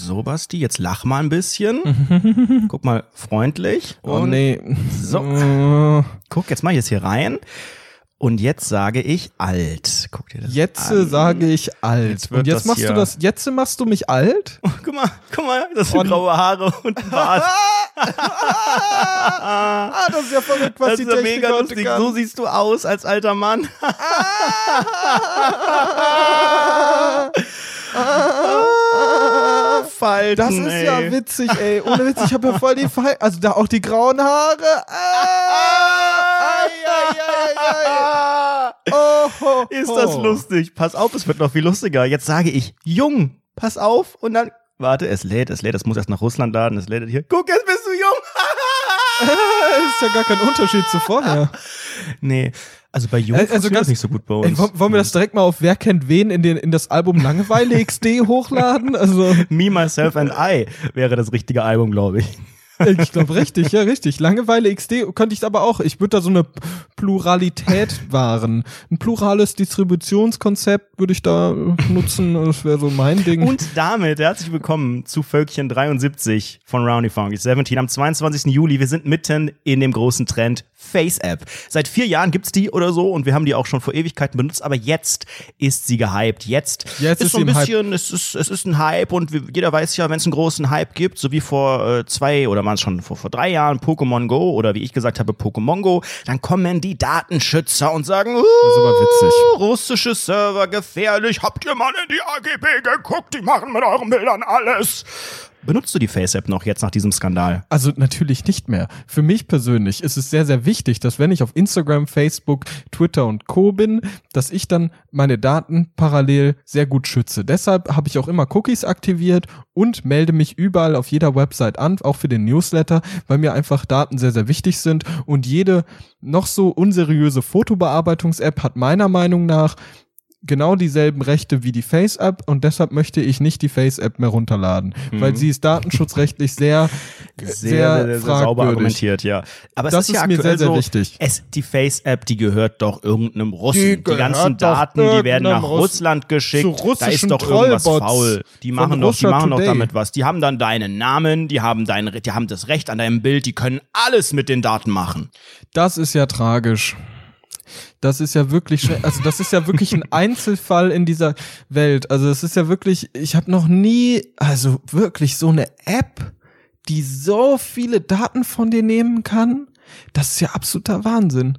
So, Basti, jetzt lach mal ein bisschen. Guck mal, freundlich. Oh nee. So. Guck, jetzt mach ich es hier rein. Und jetzt sage ich alt. Guck dir das Jetzt an. sage ich alt. Und jetzt machst du das, jetzt machst du mich alt? Oh, guck mal, das sind graue Haare und ein Bart. Das ist ja verrückt, was die Das ist ja Technik mega heute lustig. kann. So siehst du aus als alter Mann. Falten, Das ist ja witzig, ey. Ohne Witz, ich habe ja voll die Falten. Also da auch die grauen Haare. Ist das lustig? Pass auf, es wird noch viel lustiger. Jetzt sage ich jung. Pass auf und dann, warte, es lädt. Es muss erst nach Russland laden. Es lädt hier. Guck, jetzt bist du jung. Ist ja gar kein Unterschied zu vorher. Nee, also bei jung funktioniert das nicht so gut bei uns. Wollen wir das direkt mal auf Wer kennt wen in das Album Langeweile XD hochladen? Also Me, Myself and I wäre das richtige Album, glaube ich. ich glaube richtig, ja richtig. Langeweile XD könnte ich aber auch. Ich würde da so eine Pluralität wahren. Ein plurales Distributionskonzept würde ich da nutzen. Das wäre so mein Ding. Und damit herzlich willkommen zu Völkchen 73 von Roundy Funky 17 am 22. Juli. Wir sind mitten in dem großen Trend Face-App. Seit 4 Jahren gibt's die oder so und wir haben die auch schon vor Ewigkeiten benutzt, aber jetzt ist sie gehypt. Jetzt ist so ein bisschen, es ist ein Hype und jeder weiß ja, wenn es einen großen Hype gibt, so wie vor 2 oder waren es schon vor 3 Jahren Pokémon Go oder wie ich gesagt habe Pokémon Go, dann kommen die Datenschützer und sagen, das ist aber witzig. Russische Server gefährlich, habt ihr mal in die AGB geguckt, die machen mit euren Bildern alles. Benutzt du die Face-App noch jetzt nach diesem Skandal? Also natürlich nicht mehr. Für mich persönlich ist es sehr, sehr wichtig, dass wenn ich auf Instagram, Facebook, Twitter und Co. bin, dass ich dann meine Daten parallel sehr gut schütze. Deshalb habe ich auch immer Cookies aktiviert und melde mich überall auf jeder Website an, auch für den Newsletter, weil mir einfach Daten sehr, sehr wichtig sind. Und jede noch so unseriöse Fotobearbeitungs-App hat meiner Meinung nach genau dieselben Rechte wie die Face-App und deshalb möchte ich nicht die Face-App mehr runterladen, weil sie ist datenschutzrechtlich sehr sauber argumentiert, ja. Aber das es ist ja mir aktuell sehr, sehr so, wichtig. Die Face-App, die gehört doch irgendeinem Russen. Die ganzen Daten, die werden nach Russland geschickt. Da ist doch irgendwas faul. Die machen doch damit was. Die haben dann deinen Namen, die haben das Recht an deinem Bild, die können alles mit den Daten machen. Das ist ja tragisch. Das ist ja wirklich, also das ist ja wirklich ein Einzelfall in dieser Welt. Also es ist ja wirklich, ich habe noch nie, also wirklich so eine App, die so viele Daten von dir nehmen kann. Das ist ja absoluter Wahnsinn.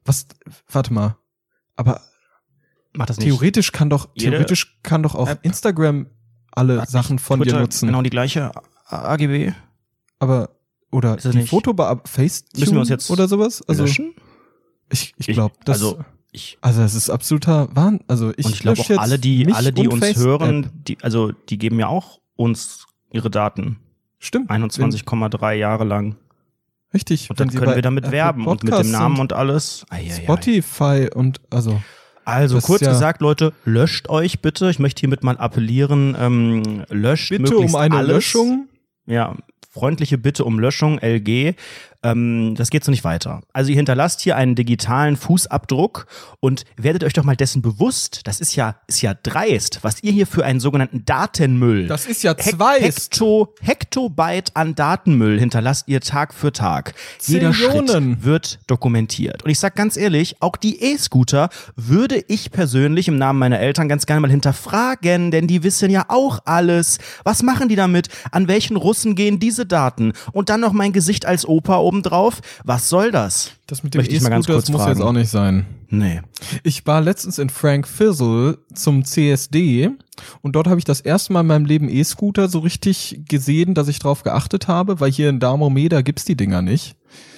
Warte mal, aber Mach das nicht. theoretisch kann doch auch App. Instagram alle Sachen von Twitter, dir nutzen. Genau die gleiche AGB. Aber, oder Ist das die nicht? Facetune Müssen wir uns jetzt oder sowas? Also löschen? ich glaube, das... Also es ist absoluter Wahnsinn. Also ich glaube auch alle, die uns hören, die geben ja auch uns ihre Daten. Stimmt. 21,3 Jahre lang. Richtig. Und dann können wir damit werben und mit dem Namen und alles. Spotify und also kurz gesagt, Leute, löscht euch bitte. Ich möchte hiermit mal appellieren, löscht bitte möglichst um eine alles. Löschung. Ja, freundliche Bitte um Löschung, LG. Das geht so nicht weiter. Also ihr hinterlasst hier einen digitalen Fußabdruck und werdet euch doch mal dessen bewusst, das ist ja dreist, was ihr hier für einen sogenannten Datenmüll. Das ist ja zweist. Hektobyte an Datenmüll hinterlasst ihr Tag für Tag. Jeder Schritt wird dokumentiert. Und ich sag ganz ehrlich, auch die E-Scooter würde ich persönlich im Namen meiner Eltern ganz gerne mal hinterfragen, denn die wissen ja auch alles. Was machen die damit? An welchen Russen gehen diese Daten? Und dann noch mein Gesicht als Opa obendrauf. Was soll das? Das mit dem E-Scooter, das muss jetzt auch nicht sein. Nee. Ich war letztens in Frank Fizzle zum CSD und dort habe ich das erste Mal in meinem Leben E-Scooter so richtig gesehen, dass ich drauf geachtet habe, weil hier in Darmomeda gibt's die Dinger nicht.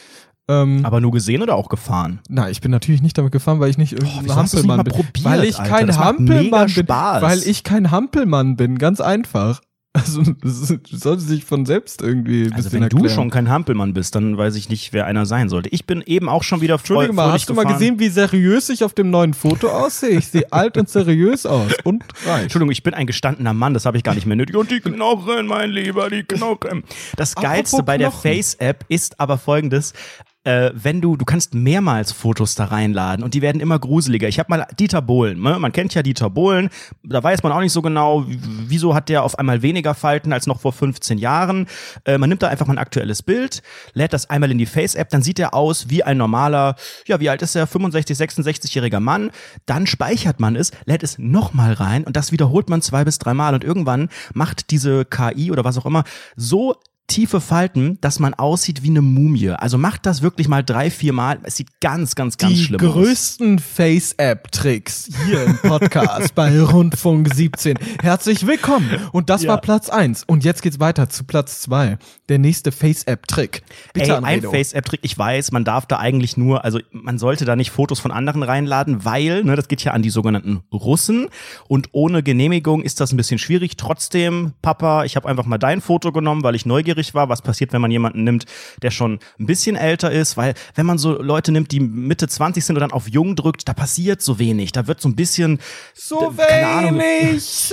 Aber nur gesehen oder auch gefahren? Na, ich bin natürlich nicht damit gefahren, weil ich nicht irgendein Hampelmann bin. Probiert, weil ich Alter, kein Hampelmann bin. Spaß. Weil ich kein Hampelmann bin, ganz einfach. Also, das sollte sich von selbst irgendwie ein bisschen erklären. Wenn du schon kein Hampelmann bist, dann weiß ich nicht, wer einer sein sollte. Ich bin eben auch schon wieder Entschuldigung mal, hast du mal gesehen, wie seriös ich auf dem neuen Foto aussehe? Ich sehe alt und seriös aus und reich. Entschuldigung, ich bin ein gestandener Mann, das habe ich gar nicht mehr nötig. Und die Knochen, mein Lieber, die Knochen. Das Geilste bei der Face-App ist aber folgendes. wenn du kannst mehrmals Fotos da reinladen und die werden immer gruseliger. Ich habe mal Dieter Bohlen, ne? Man kennt ja Dieter Bohlen, da weiß man auch nicht so genau, wieso hat der auf einmal weniger Falten als noch vor 15 Jahren. Man nimmt da einfach mal ein aktuelles Bild, lädt das einmal in die Face-App, dann sieht er aus wie ein normaler, ja, wie alt ist er, 65, 66-jähriger Mann. Dann speichert man es, lädt es nochmal rein und das wiederholt man 2 bis 3 Mal und irgendwann macht diese KI oder was auch immer so tiefe Falten, dass man aussieht wie eine Mumie. Also macht das wirklich mal 3, 4 Mal. Es sieht ganz, ganz, ganz schlimm aus. Die größten Face-App-Tricks hier im Podcast bei Rundfunk 17. Herzlich willkommen. Und das war Platz 1. Und jetzt geht's weiter zu Platz 2. Der nächste Face-App-Trick. Bitte, ein Face-App-Trick. Ich weiß, man darf da eigentlich nur, also man sollte da nicht Fotos von anderen reinladen, weil, ne, das geht ja an die sogenannten Russen. Und ohne Genehmigung ist das ein bisschen schwierig. Trotzdem, Papa, ich habe einfach mal dein Foto genommen, weil ich neugierig war, was passiert, wenn man jemanden nimmt, der schon ein bisschen älter ist, weil wenn man so Leute nimmt, die Mitte 20 sind und dann auf jung drückt, da passiert so wenig, da wird so ein bisschen so wenig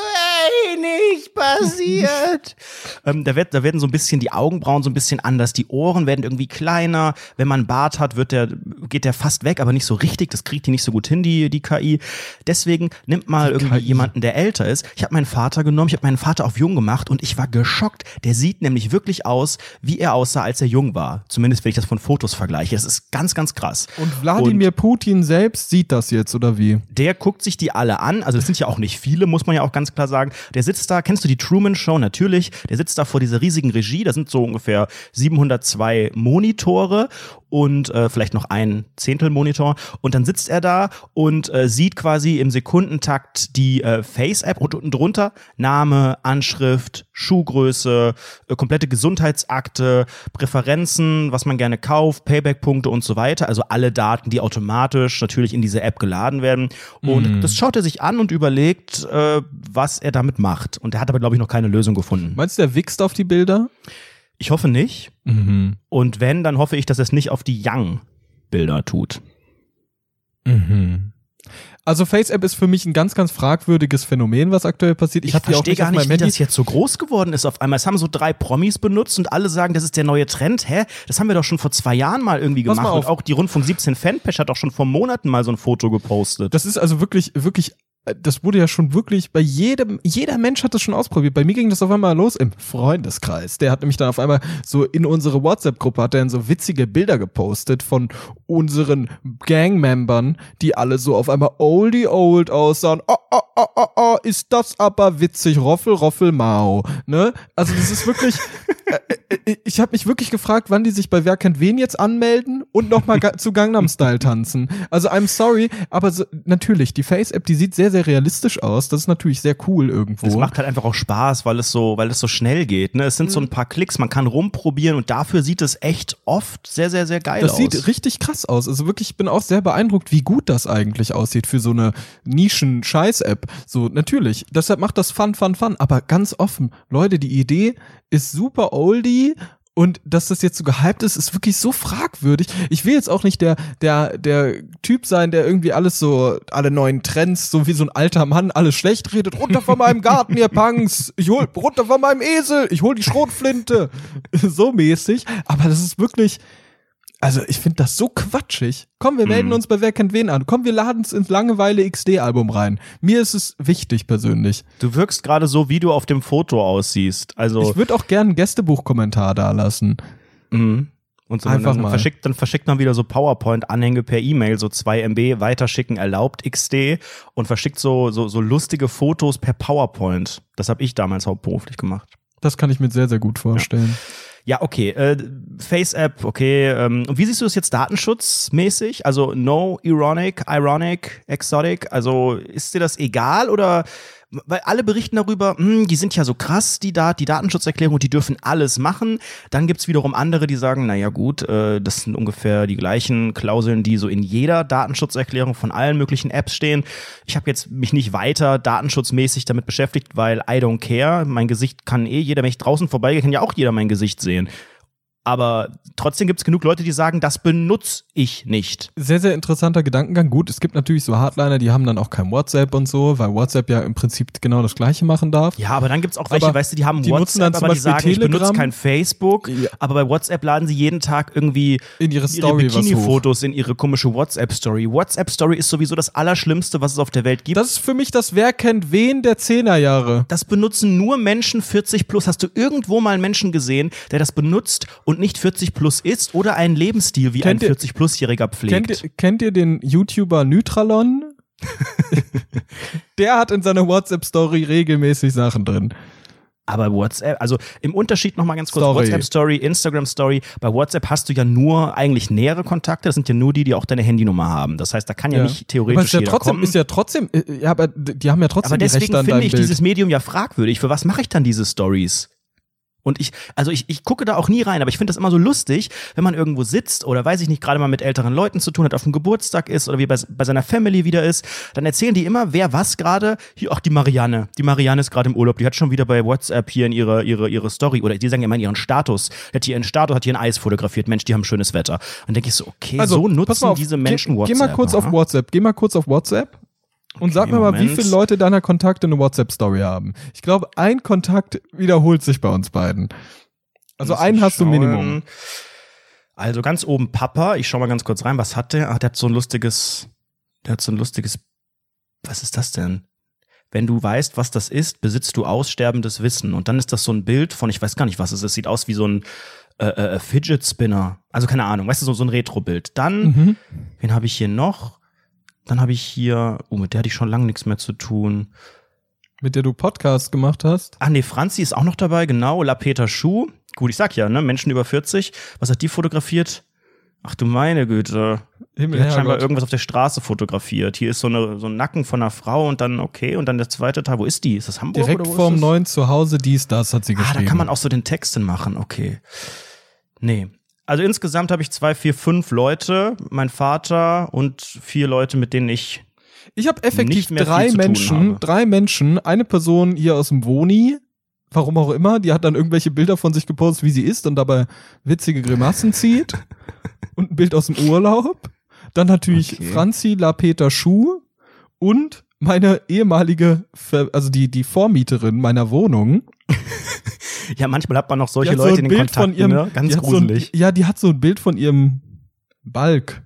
passiert. Da werden so ein bisschen die Augenbrauen so ein bisschen anders, die Ohren werden irgendwie kleiner, wenn man einen Bart hat, geht der fast weg, aber nicht so richtig, das kriegt die nicht so gut hin, die KI. Deswegen nimmt mal irgendwie jemanden, der älter ist. Ich habe meinen Vater genommen, ich habe meinen Vater auf jung gemacht und ich war geschockt. Der sieht nämlich wirklich aus, wie er aussah, als er jung war. Zumindest, wenn ich das von Fotos vergleiche. Das ist ganz, ganz krass. Und Wladimir Putin selbst sieht das jetzt, oder wie? Der guckt sich die alle an. Also es sind ja auch nicht viele, muss man ja auch ganz klar sagen. Der sitzt da, kennst du die Truman Show? Natürlich. Der sitzt da vor dieser riesigen Regie. Da sind so ungefähr 702 Monitore und vielleicht noch ein Zehntel-Monitor. Und dann sitzt er da und sieht quasi im Sekundentakt die Face-App und unten drunter Name, Anschrift, Schuhgröße, komplette Gesundheitsakte, Präferenzen, was man gerne kauft, Payback-Punkte und so weiter. Also alle Daten, die automatisch natürlich in diese App geladen werden. Und das schaut er sich an und überlegt, was er damit macht. Und er hat aber, glaube ich, noch keine Lösung gefunden. Meinst du, der wichst auf die Bilder? Ich hoffe nicht. Und wenn, dann hoffe ich, dass er es nicht auf die Young-Bilder tut. Also Face-App ist für mich ein ganz, ganz fragwürdiges Phänomen, was aktuell passiert. Ich verstehe gar nicht, wie das jetzt so groß geworden ist auf einmal. Es haben so 3 Promis benutzt und alle sagen, das ist der neue Trend. Hä? Das haben wir doch schon vor 2 Jahren mal irgendwie gemacht. Und auch die Rundfunk 17 Fanpage hat doch schon vor Monaten mal so ein Foto gepostet. Das ist also wirklich, wirklich, das wurde ja schon wirklich bei jeder Mensch hat das schon ausprobiert. Bei mir ging das auf einmal los im Freundeskreis. Der hat nämlich dann auf einmal so in unsere WhatsApp-Gruppe hat er dann so witzige Bilder gepostet von unseren Gang-Membern, die alle so auf einmal old aussahen. Oh, ist das aber witzig. Roffel, Roffel, Mao. Ne? Also das ist wirklich, ich habe mich wirklich gefragt, wann die sich bei Wer kennt wen jetzt anmelden und nochmal zu Gangnam Style tanzen. Also I'm sorry, aber so, natürlich, die Face-App, die sieht sehr, sehr realistisch aus. Das ist natürlich sehr cool irgendwo. Es macht halt einfach auch Spaß, weil es so schnell geht. Ne? Es sind so ein paar Klicks, man kann rumprobieren und dafür sieht es echt oft sehr, sehr, sehr geil aus. Das sieht richtig krass aus. Also wirklich, ich bin auch sehr beeindruckt, wie gut das eigentlich aussieht für so eine Nischen-Scheiß-App. So, natürlich. Deshalb macht das Fun. Aber ganz offen, Leute, die Idee ist super oldie. Und dass das jetzt so gehypt ist, ist wirklich so fragwürdig. Ich will jetzt auch nicht der Typ sein, der irgendwie alles so, alle neuen Trends, so wie so ein alter Mann, alles schlecht redet. Runter von meinem Garten, ihr Punks. Runter von meinem Esel. Ich hol die Schrotflinte. So mäßig. Aber das ist wirklich, also ich finde das so quatschig. Komm, wir melden uns bei Wer kennt wen an. Komm, wir laden es ins Langeweile XD-Album rein. Mir ist es wichtig persönlich. Du wirkst gerade so, wie du auf dem Foto aussiehst. Also ich würde auch gerne einen Gästebuchkommentar da lassen. Und so einfach dann mal. verschickt man wieder so PowerPoint-Anhänge per E-Mail, so 2 MB, weiterschicken erlaubt XD und verschickt so lustige Fotos per PowerPoint. Das habe ich damals hauptberuflich gemacht. Das kann ich mir sehr, sehr gut vorstellen. Ja, okay. Face-App, okay. Und wie siehst du das jetzt datenschutzmäßig? Also no ironic, exotic. Also ist dir das egal oder? Weil alle berichten darüber, die sind ja so krass, die Datenschutzerklärung, die dürfen alles machen. Dann gibt's wiederum andere, die sagen, naja gut, das sind ungefähr die gleichen Klauseln, die so in jeder Datenschutzerklärung von allen möglichen Apps stehen. Ich habe jetzt mich nicht weiter datenschutzmäßig damit beschäftigt, weil I don't care. Mein Gesicht kann jeder, wenn ich draußen vorbeigehe, kann ja auch jeder mein Gesicht sehen. Aber trotzdem gibt es genug Leute, die sagen, das benutze ich nicht. Sehr, sehr interessanter Gedankengang. Gut, es gibt natürlich so Hardliner, die haben dann auch kein WhatsApp und so, weil WhatsApp ja im Prinzip genau das Gleiche machen darf. Ja, aber dann gibt es auch welche, Aber weißt du, die haben die nutzen WhatsApp, dann zum aber die Beispiel sagen, ich benutze Telegram. kein Facebook, Ja. aber bei WhatsApp laden sie jeden Tag irgendwie In ihre Story was hoch. Bikini-Fotos in ihre komische WhatsApp-Story. WhatsApp-Story ist sowieso das Allerschlimmste, was es auf der Welt gibt. Das ist für mich das Wer kennt wen der 10er-Jahre. Das benutzen nur Menschen 40 plus. Hast du irgendwo mal einen Menschen gesehen, der das benutzt und nicht 40 plus ist oder einen Lebensstil wie ein 40-plus-Jähriger pflegt? Kennt ihr den YouTuber Nytralon? Der hat in seiner WhatsApp-Story regelmäßig Sachen drin. Aber WhatsApp, also im Unterschied nochmal ganz kurz, Story. WhatsApp-Story, Instagram-Story, bei WhatsApp hast du ja nur eigentlich nähere Kontakte, das sind ja nur die auch deine Handynummer haben. Das heißt, da kann ja nicht theoretisch aber jeder kommen. Aber die haben ja trotzdem Aber die deswegen Rechte an finde deinem ich Bild. dieses Medium ja fragwürdig. Für was mache ich dann diese Stories? Und ich gucke da auch nie rein, aber ich finde das immer so lustig, wenn man irgendwo sitzt oder weiß ich nicht, gerade mal mit älteren Leuten zu tun hat, auf dem Geburtstag ist oder wie bei seiner Family wieder ist, dann erzählen die immer, wer was gerade, hier, ach, die Marianne ist gerade im Urlaub, die hat schon wieder bei WhatsApp hier in ihre Story, oder die sagen ja immer in ihren Status, hat hier ein Eis fotografiert, Mensch, die haben schönes Wetter. Und denke ich so, okay, Also, so pass mal nutzen auf, diese Menschen WhatsApp. Geh mal kurz auf WhatsApp. Und sag mir mal, wie Moment. viele Leute deiner Kontakte eine WhatsApp-Story haben. Ich glaube, ein Kontakt wiederholt sich bei uns beiden. Also einen hast du Minimum. Also ganz oben Papa, ich schau mal ganz kurz rein, was hat der? Ach, der hat so ein lustiges, was ist das denn? Wenn du weißt, was das ist, besitzt du aussterbendes Wissen. Und dann ist das so ein Bild von, ich weiß gar nicht, was es ist, sieht aus wie so ein Fidget Spinner. Also keine Ahnung, weißt du, so ein Retro-Bild. Dann, wen habe ich hier noch? Dann habe ich hier, mit der hatte ich schon lange nichts mehr zu tun. Mit der du Podcast gemacht hast? Ach nee, Franzi ist auch noch dabei, genau, La Peter Schuh. Gut, ich sag ja, ne, Menschen über 40. Was hat die fotografiert? Ach du meine Güte. Die hat scheinbar irgendwas auf der Straße fotografiert. Hier ist so ein Nacken von einer Frau und dann, okay, und dann der zweite Teil. Wo ist die? Ist das Hamburg Direkt oder wo vorm ist das? neuen Zuhause, das hat sie geschrieben. Da kann man auch so den Texten machen, okay. Nee. Also insgesamt habe ich 2, 4, 5 Leute, mein Vater und 4 Leute, mit denen ich habe effektiv nicht mehr viel zu tun habe. 3 Menschen, eine Person hier aus dem Woni, warum auch immer, die hat dann irgendwelche Bilder von sich gepostet, wie sie isst und dabei witzige Grimassen zieht. Und ein Bild aus dem Urlaub. Dann natürlich Franzi La Peter Schuh und meine ehemalige, also die Vormieterin meiner Wohnung. Ja, manchmal hat man noch solche Leute in den Kontakten, ne? Ganz gruselig. Die hat so ein Bild von ihrem Balk.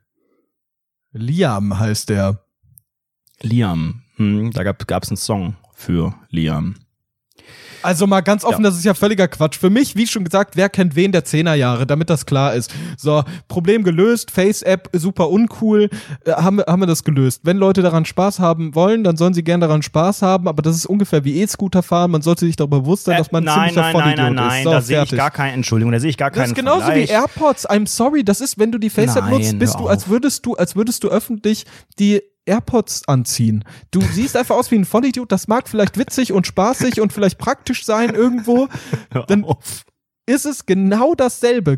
Liam heißt der. Liam. Da gab's einen Song für Liam. Also mal ganz offen, das ist ja völliger Quatsch. Für mich, wie schon gesagt, wer kennt wen der 10er-Jahre, damit das klar ist. So, Problem gelöst, Face-App, super uncool, haben wir das gelöst. Wenn Leute daran Spaß haben wollen, dann sollen sie gerne daran Spaß haben, aber das ist ungefähr wie E-Scooter fahren, man sollte sich darüber bewusst sein, dass man ein ziemlicher Vollidiot ist. Nein, so, da sehe ich fertig. gar keine Entschuldigung, da sehe ich gar keinen Das ist genauso Vergleich. wie AirPods, I'm sorry, das ist, wenn du die Face-App nutzt, bist du, als würdest du öffentlich die AirPods anziehen. Du siehst einfach aus wie ein Vollidiot, das mag vielleicht witzig und spaßig und vielleicht praktisch sein irgendwo, dann ist es genau dasselbe.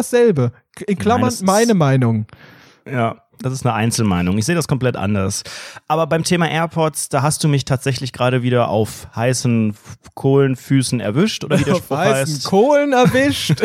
In Klammern meine Meinung. Ja, das ist eine Einzelmeinung. Ich sehe das komplett anders. Aber beim Thema AirPods, da hast du mich tatsächlich gerade wieder auf heißen Kohlenfüßen erwischt, oder wie der Spruch heißt. Heißen Kohlen erwischt.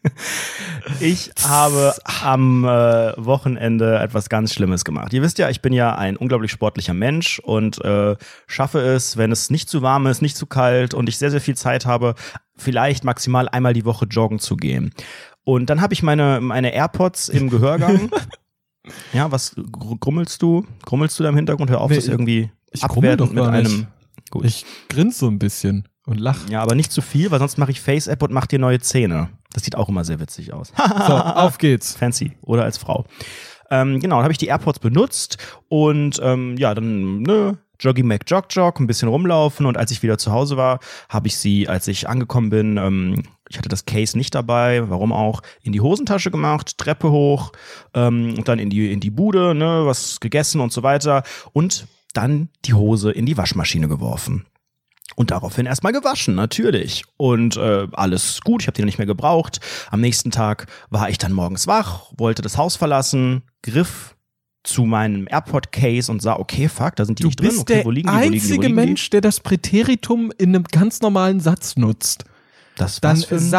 Ich habe am Wochenende etwas ganz Schlimmes gemacht. Ihr wisst ja, ich bin ja ein unglaublich sportlicher Mensch und schaffe es, wenn es nicht zu warm ist, nicht zu kalt und ich sehr, sehr viel Zeit habe, vielleicht maximal einmal die Woche joggen zu gehen. Und dann habe ich meine AirPods im Gehörgang. Ja, was grummelst du? Grummelst du da im Hintergrund? Hör auf, das irgendwie ich grummel doch abwertend mit gar einem. nicht. Gut. Ich grinse so ein bisschen und lache. Ja, aber nicht zu viel, weil sonst mache ich Face-App und mache dir neue Zähne. Das sieht auch immer sehr witzig aus. So, auf geht's. Fancy. Oder als Frau. Genau, dann habe ich die AirPods benutzt und dann Joggy Mac Jog, ein bisschen rumlaufen und als ich wieder zu Hause war, habe ich sie, als ich angekommen bin, ich hatte das Case nicht dabei, warum auch, in die Hosentasche gemacht, Treppe hoch und dann in die Bude, ne, was gegessen und so weiter und dann die Hose in die Waschmaschine geworfen. Und daraufhin erstmal gewaschen, natürlich. Und alles gut, ich habe die noch nicht mehr gebraucht. Am nächsten Tag war ich dann morgens wach, wollte das Haus verlassen, griff zu meinem AirPod-Case und sah, okay, fuck, da sind die nicht drin. Okay, Du bist der einzige Mensch, der das Präteritum in einem ganz normalen Satz nutzt. Dann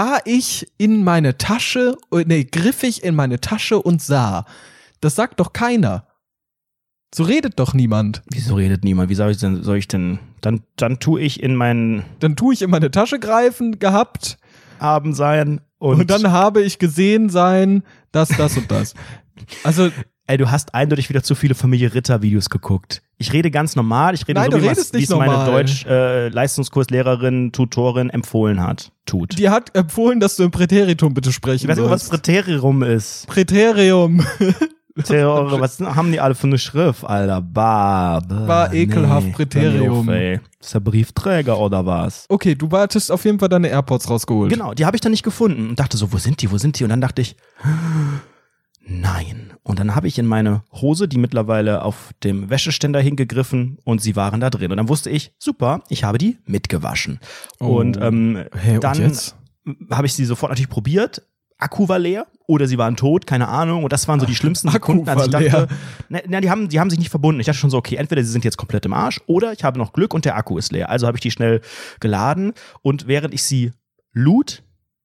griff ich in meine Tasche und sah. Das sagt doch keiner. So redet doch niemand. Wieso redet niemand? Wie soll ich denn, dann tue ich in meine Tasche greifen gehabt. Haben sein und dann habe ich gesehen sein, das und das. Also, ey, du hast eindeutig wieder zu viele Familie Ritter-Videos geguckt. Ich rede ganz normal, Nein, so, wie es meine Deutsch-Leistungskurslehrerin, Tutorin empfohlen hat. Die hat empfohlen, dass du im Präteritum bitte sprechen sollst. Ich weiß nicht, was Präterium ist. Präterium. Was haben die alle für eine Schrift, Alter? War ekelhaft, Präterium. Ist der Briefträger oder was? Okay, du hattest auf jeden Fall deine AirPods rausgeholt. Genau, die habe ich dann nicht gefunden und dachte so, wo sind die? Und dann dachte ich, nein. Und dann habe ich in meine Hose, die mittlerweile auf dem Wäscheständer hingegriffen und sie waren da drin. Und dann wusste ich, super, ich habe die mitgewaschen. Und dann habe ich sie sofort natürlich probiert. Akku war leer oder sie waren tot, keine Ahnung. Und das waren so die schlimmsten Sekunden, als ich dachte, die haben sich nicht verbunden. Ich dachte schon so, okay, entweder sie sind jetzt komplett im Arsch oder ich habe noch Glück und der Akku ist leer. Also habe ich die schnell geladen und während ich sie lud,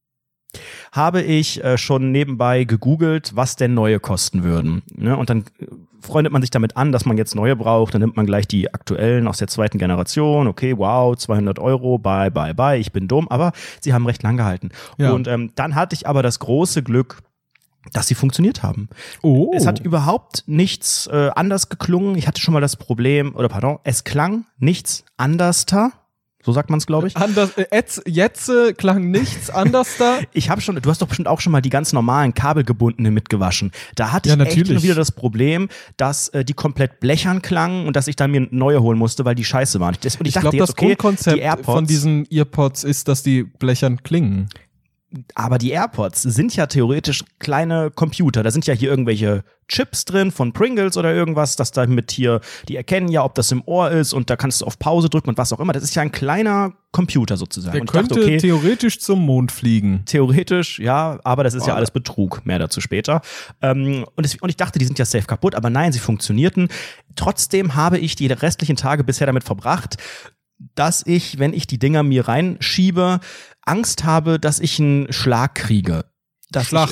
habe ich schon nebenbei gegoogelt, was denn neue kosten würden. Ne? Und dann freundet man sich damit an, dass man jetzt neue braucht. Dann nimmt man gleich die aktuellen aus der zweiten Generation. Okay, wow, 200 €, bye, ich bin dumm. Aber sie haben recht lang gehalten. Ja. Und dann hatte ich aber das große Glück, dass sie funktioniert haben. Oh. Es hat überhaupt nichts anders geklungen. Ich hatte schon mal das Problem, es klang nichts anderster. So sagt man es, glaube ich. Jetzt klang nichts anders da. Du hast doch bestimmt auch schon mal die ganz normalen kabelgebundenen mitgewaschen. Da hatte ich echt nur wieder das Problem, dass die komplett blechern klangen und dass ich dann mir neue holen musste, weil die scheiße waren. Ich glaube, das Grundkonzept von diesen Earpods ist, dass die blechern klingen. Aber die AirPods sind ja theoretisch kleine Computer. Da sind ja hier irgendwelche Chips drin von Pringles oder irgendwas, das damit hier, die erkennen ja, ob das im Ohr ist und da kannst du auf Pause drücken und was auch immer. Das ist ja ein kleiner Computer sozusagen. Der könnte theoretisch zum Mond fliegen. Theoretisch, ja, aber das ist ja alles Betrug. Mehr dazu später. Und ich dachte, die sind ja safe kaputt, aber nein, sie funktionierten. Trotzdem habe ich die restlichen Tage bisher damit verbracht, dass ich, wenn ich die Dinger mir reinschiebe, Angst habe, dass ich einen Schlag kriege. Dass ich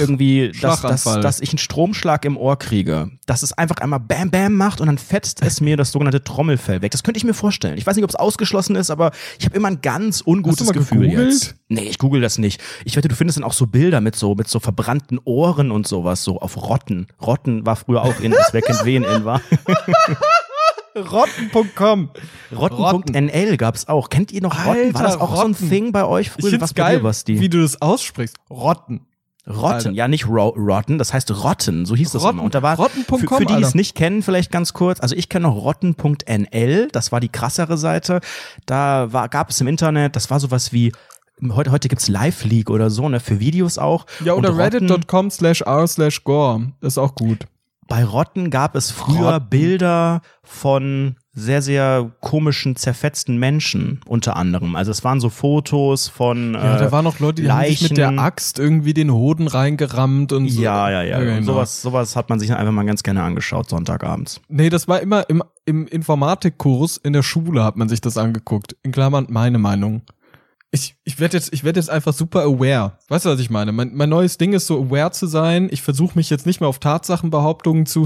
einen Stromschlag im Ohr kriege. Dass es einfach einmal Bam Bam macht und dann fetzt es mir das sogenannte Trommelfell weg. Das könnte ich mir vorstellen. Ich weiß nicht, ob es ausgeschlossen ist, aber ich habe immer ein ganz ungutes Gefühl jetzt. Nee, ich google das nicht. Ich wette, du findest dann auch so Bilder mit so verbrannten Ohren und sowas, so auf Rotten. Rotten war früher auch in, das wer kennt wen in war. Rotten.com. Rotten.nl gab's auch. Kennt ihr noch Rotten? Alter, war das auch Rotten. so ein Thing bei euch früher? Ich find's geil, wie du das aussprichst. Rotten. Alter. Ja, nicht Rotten, das heißt Rotten, so hieß das immer. Und da war, Rotten.com, für die, die es nicht kennen, vielleicht ganz kurz, also ich kenne noch Rotten.nl, das war die krassere Seite. Da gab es im Internet, das war sowas wie, heute gibt's Live-League oder so, ne, für Videos auch. Ja, oder reddit.com/r/gore, das ist auch gut. Bei Rotten gab es früher Bilder von sehr, sehr komischen, zerfetzten Menschen, unter anderem. Also es waren so Fotos von da waren noch Leute, die haben sich mit der Axt irgendwie den Hoden reingerammt und so. Ja. Genau. Und sowas hat man sich einfach mal ganz gerne angeschaut, Sonntagabends. Nee, das war immer im Informatikkurs in der Schule hat man sich das angeguckt. In Klammern meine Meinung. Ich werde jetzt einfach super aware. Weißt du, was ich meine? Mein neues Ding ist so aware zu sein. Ich versuche mich jetzt nicht mehr auf Tatsachenbehauptungen so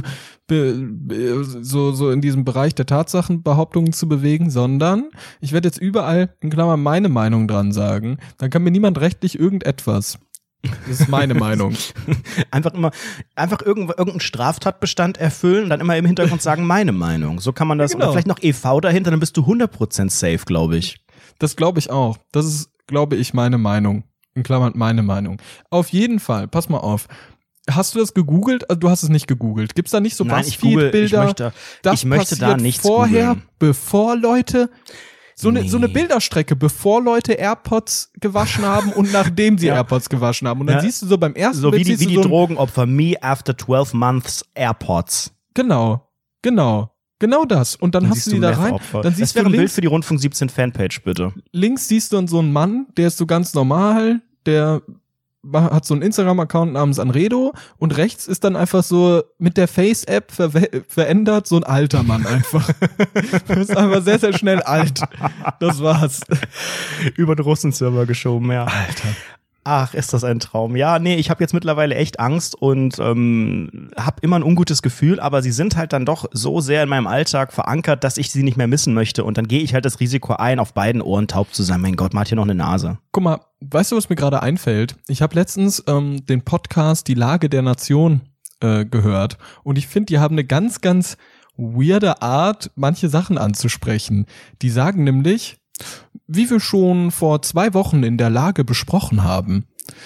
in diesem Bereich der Tatsachenbehauptungen zu bewegen, sondern ich werde jetzt überall in Klammern meine Meinung dran sagen. Dann kann mir niemand rechtlich irgendetwas. Das ist meine Meinung. Einfach irgendeinen Straftatbestand erfüllen und dann immer im Hintergrund sagen, meine Meinung. So kann man das. Ja, genau. Oder vielleicht noch e.V. dahinter, dann bist du 100% safe, glaube ich. Das glaube ich auch. Das ist, glaube ich, meine Meinung. In Klammern meine Meinung. Auf jeden Fall, pass mal auf. Hast du das gegoogelt? Also, du hast es nicht gegoogelt. Gibt's da nicht so BuzzFeed-Bilder? Ich möchte da nichts vorher, googeln. Bevor Leute so eine Bilderstrecke, bevor Leute AirPods gewaschen haben und nachdem sie AirPods gewaschen haben. Und dann siehst du so beim ersten so Bild, wie die Drogenopfer, me after 12 months AirPods. Genau das. Und dann hast du die da rein. Dann siehst das wäre ein Bild für die Rundfunk 17 Fanpage, bitte. Links siehst du dann so einen Mann, der ist so ganz normal, der hat so einen Instagram-Account namens Anredo und rechts ist dann einfach so mit der Face-App verändert so ein alter Mann einfach. Du bist einfach sehr, sehr schnell alt. Das war's. Über den Russenserver geschoben, ja. Alter. Ach, ist das ein Traum. Ja, nee, ich habe jetzt mittlerweile echt Angst und habe immer ein ungutes Gefühl, aber sie sind halt dann doch so sehr in meinem Alltag verankert, dass ich sie nicht mehr missen möchte und dann gehe ich halt das Risiko ein, auf beiden Ohren taub zu sein. Mein Gott, man hat hier noch eine Nase. Guck mal, weißt du, was mir gerade einfällt? Ich habe letztens den Podcast Die Lage der Nation gehört und ich finde, die haben eine ganz, ganz weirde Art, manche Sachen anzusprechen. Die sagen nämlich, wie wir schon vor 2 Wochen in der Lage besprochen haben.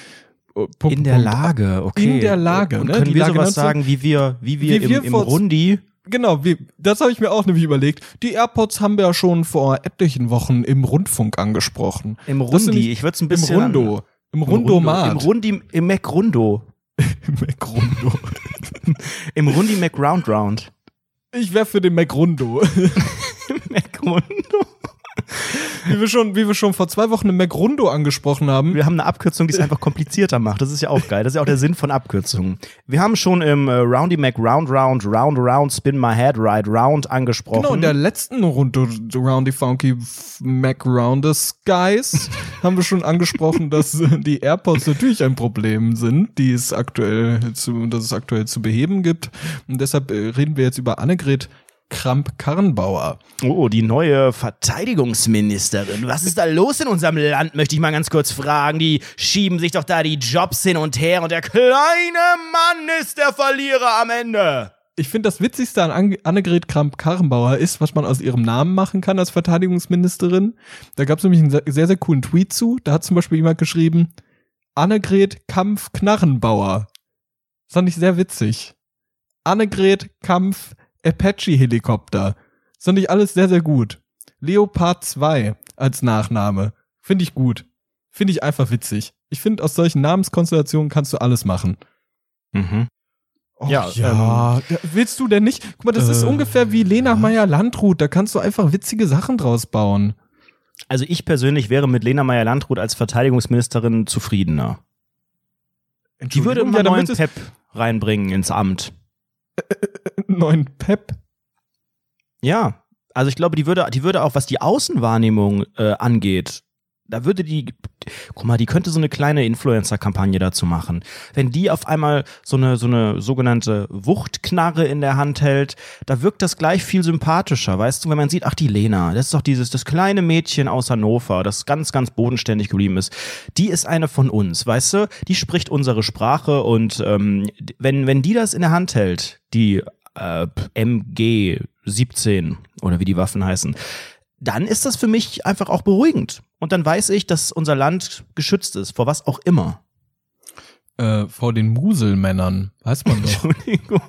In der Lage, okay. In der Lage, und ne? können Die wir Lage sowas Nation, sagen, wie wir im Rundi? Genau, das habe ich mir auch nämlich überlegt. Die AirPods haben wir ja schon vor etlichen Wochen im Rundfunk angesprochen. Im Rundi, ich würde es ein bisschen... Im Rundomat. Im Rundi, im MacRundo. Im MacRundo. Im Rundi MacRound. Ich wäre für den MacRundo. MacRundo. Wie wir schon vor 2 Wochen im MacRundo angesprochen haben. Wir haben eine Abkürzung, die es einfach komplizierter macht. Das ist ja auch geil. Das ist ja auch der Sinn von Abkürzungen. Wir haben schon im Roundy MacRound, Round Around, Spin My Head, Ride Round angesprochen. Genau, in der letzten Runde Roundy Funky MacRounders Guys haben wir schon angesprochen, dass die AirPods natürlich ein Problem sind, das es aktuell zu beheben gibt. Und deshalb reden wir jetzt über Annegret Kramp-Karrenbauer. Oh, die neue Verteidigungsministerin. Was ist da los in unserem Land, möchte ich mal ganz kurz fragen. Die schieben sich doch da die Jobs hin und her und der kleine Mann ist der Verlierer am Ende. Ich finde, das Witzigste an Annegret Kramp-Karrenbauer ist, was man aus ihrem Namen machen kann als Verteidigungsministerin. Da gab es nämlich einen sehr, sehr coolen Tweet zu. Da hat zum Beispiel jemand geschrieben, Annegret Kampf-Knarrenbauer. Das fand ich sehr witzig. Annegret Kampf Apache-Helikopter. Das fand ich alles sehr, sehr gut. Leopard 2 als Nachname. Finde ich gut. Finde ich einfach witzig. Ich finde, aus solchen Namenskonstellationen kannst du alles machen. Mhm. Oh, ja. Willst du denn nicht? Guck mal, das ist ungefähr wie Lena Meyer-Landrut. Da kannst du einfach witzige Sachen draus bauen. Also ich persönlich wäre mit Lena Meyer-Landrut als Verteidigungsministerin zufriedener. Die würde immer neuen Pep reinbringen ins Amt. Neuen Pep? Ja, also ich glaube, die würde auch, was die Außenwahrnehmung angeht, da würde guck mal, die könnte so eine kleine Influencer-Kampagne dazu machen. Wenn die auf einmal so eine sogenannte Wuchtknarre in der Hand hält, da wirkt das gleich viel sympathischer, weißt du, wenn man sieht, ach, die Lena, das ist doch das kleine Mädchen aus Hannover, das ganz, ganz bodenständig geblieben ist. Die ist eine von uns, weißt du, die spricht unsere Sprache und wenn die das in der Hand hält, die MG 17 oder wie die Waffen heißen, dann ist das für mich einfach auch beruhigend. Und dann weiß ich, dass unser Land geschützt ist, vor was auch immer. Vor den Muselmännern, weiß man doch. Entschuldigung.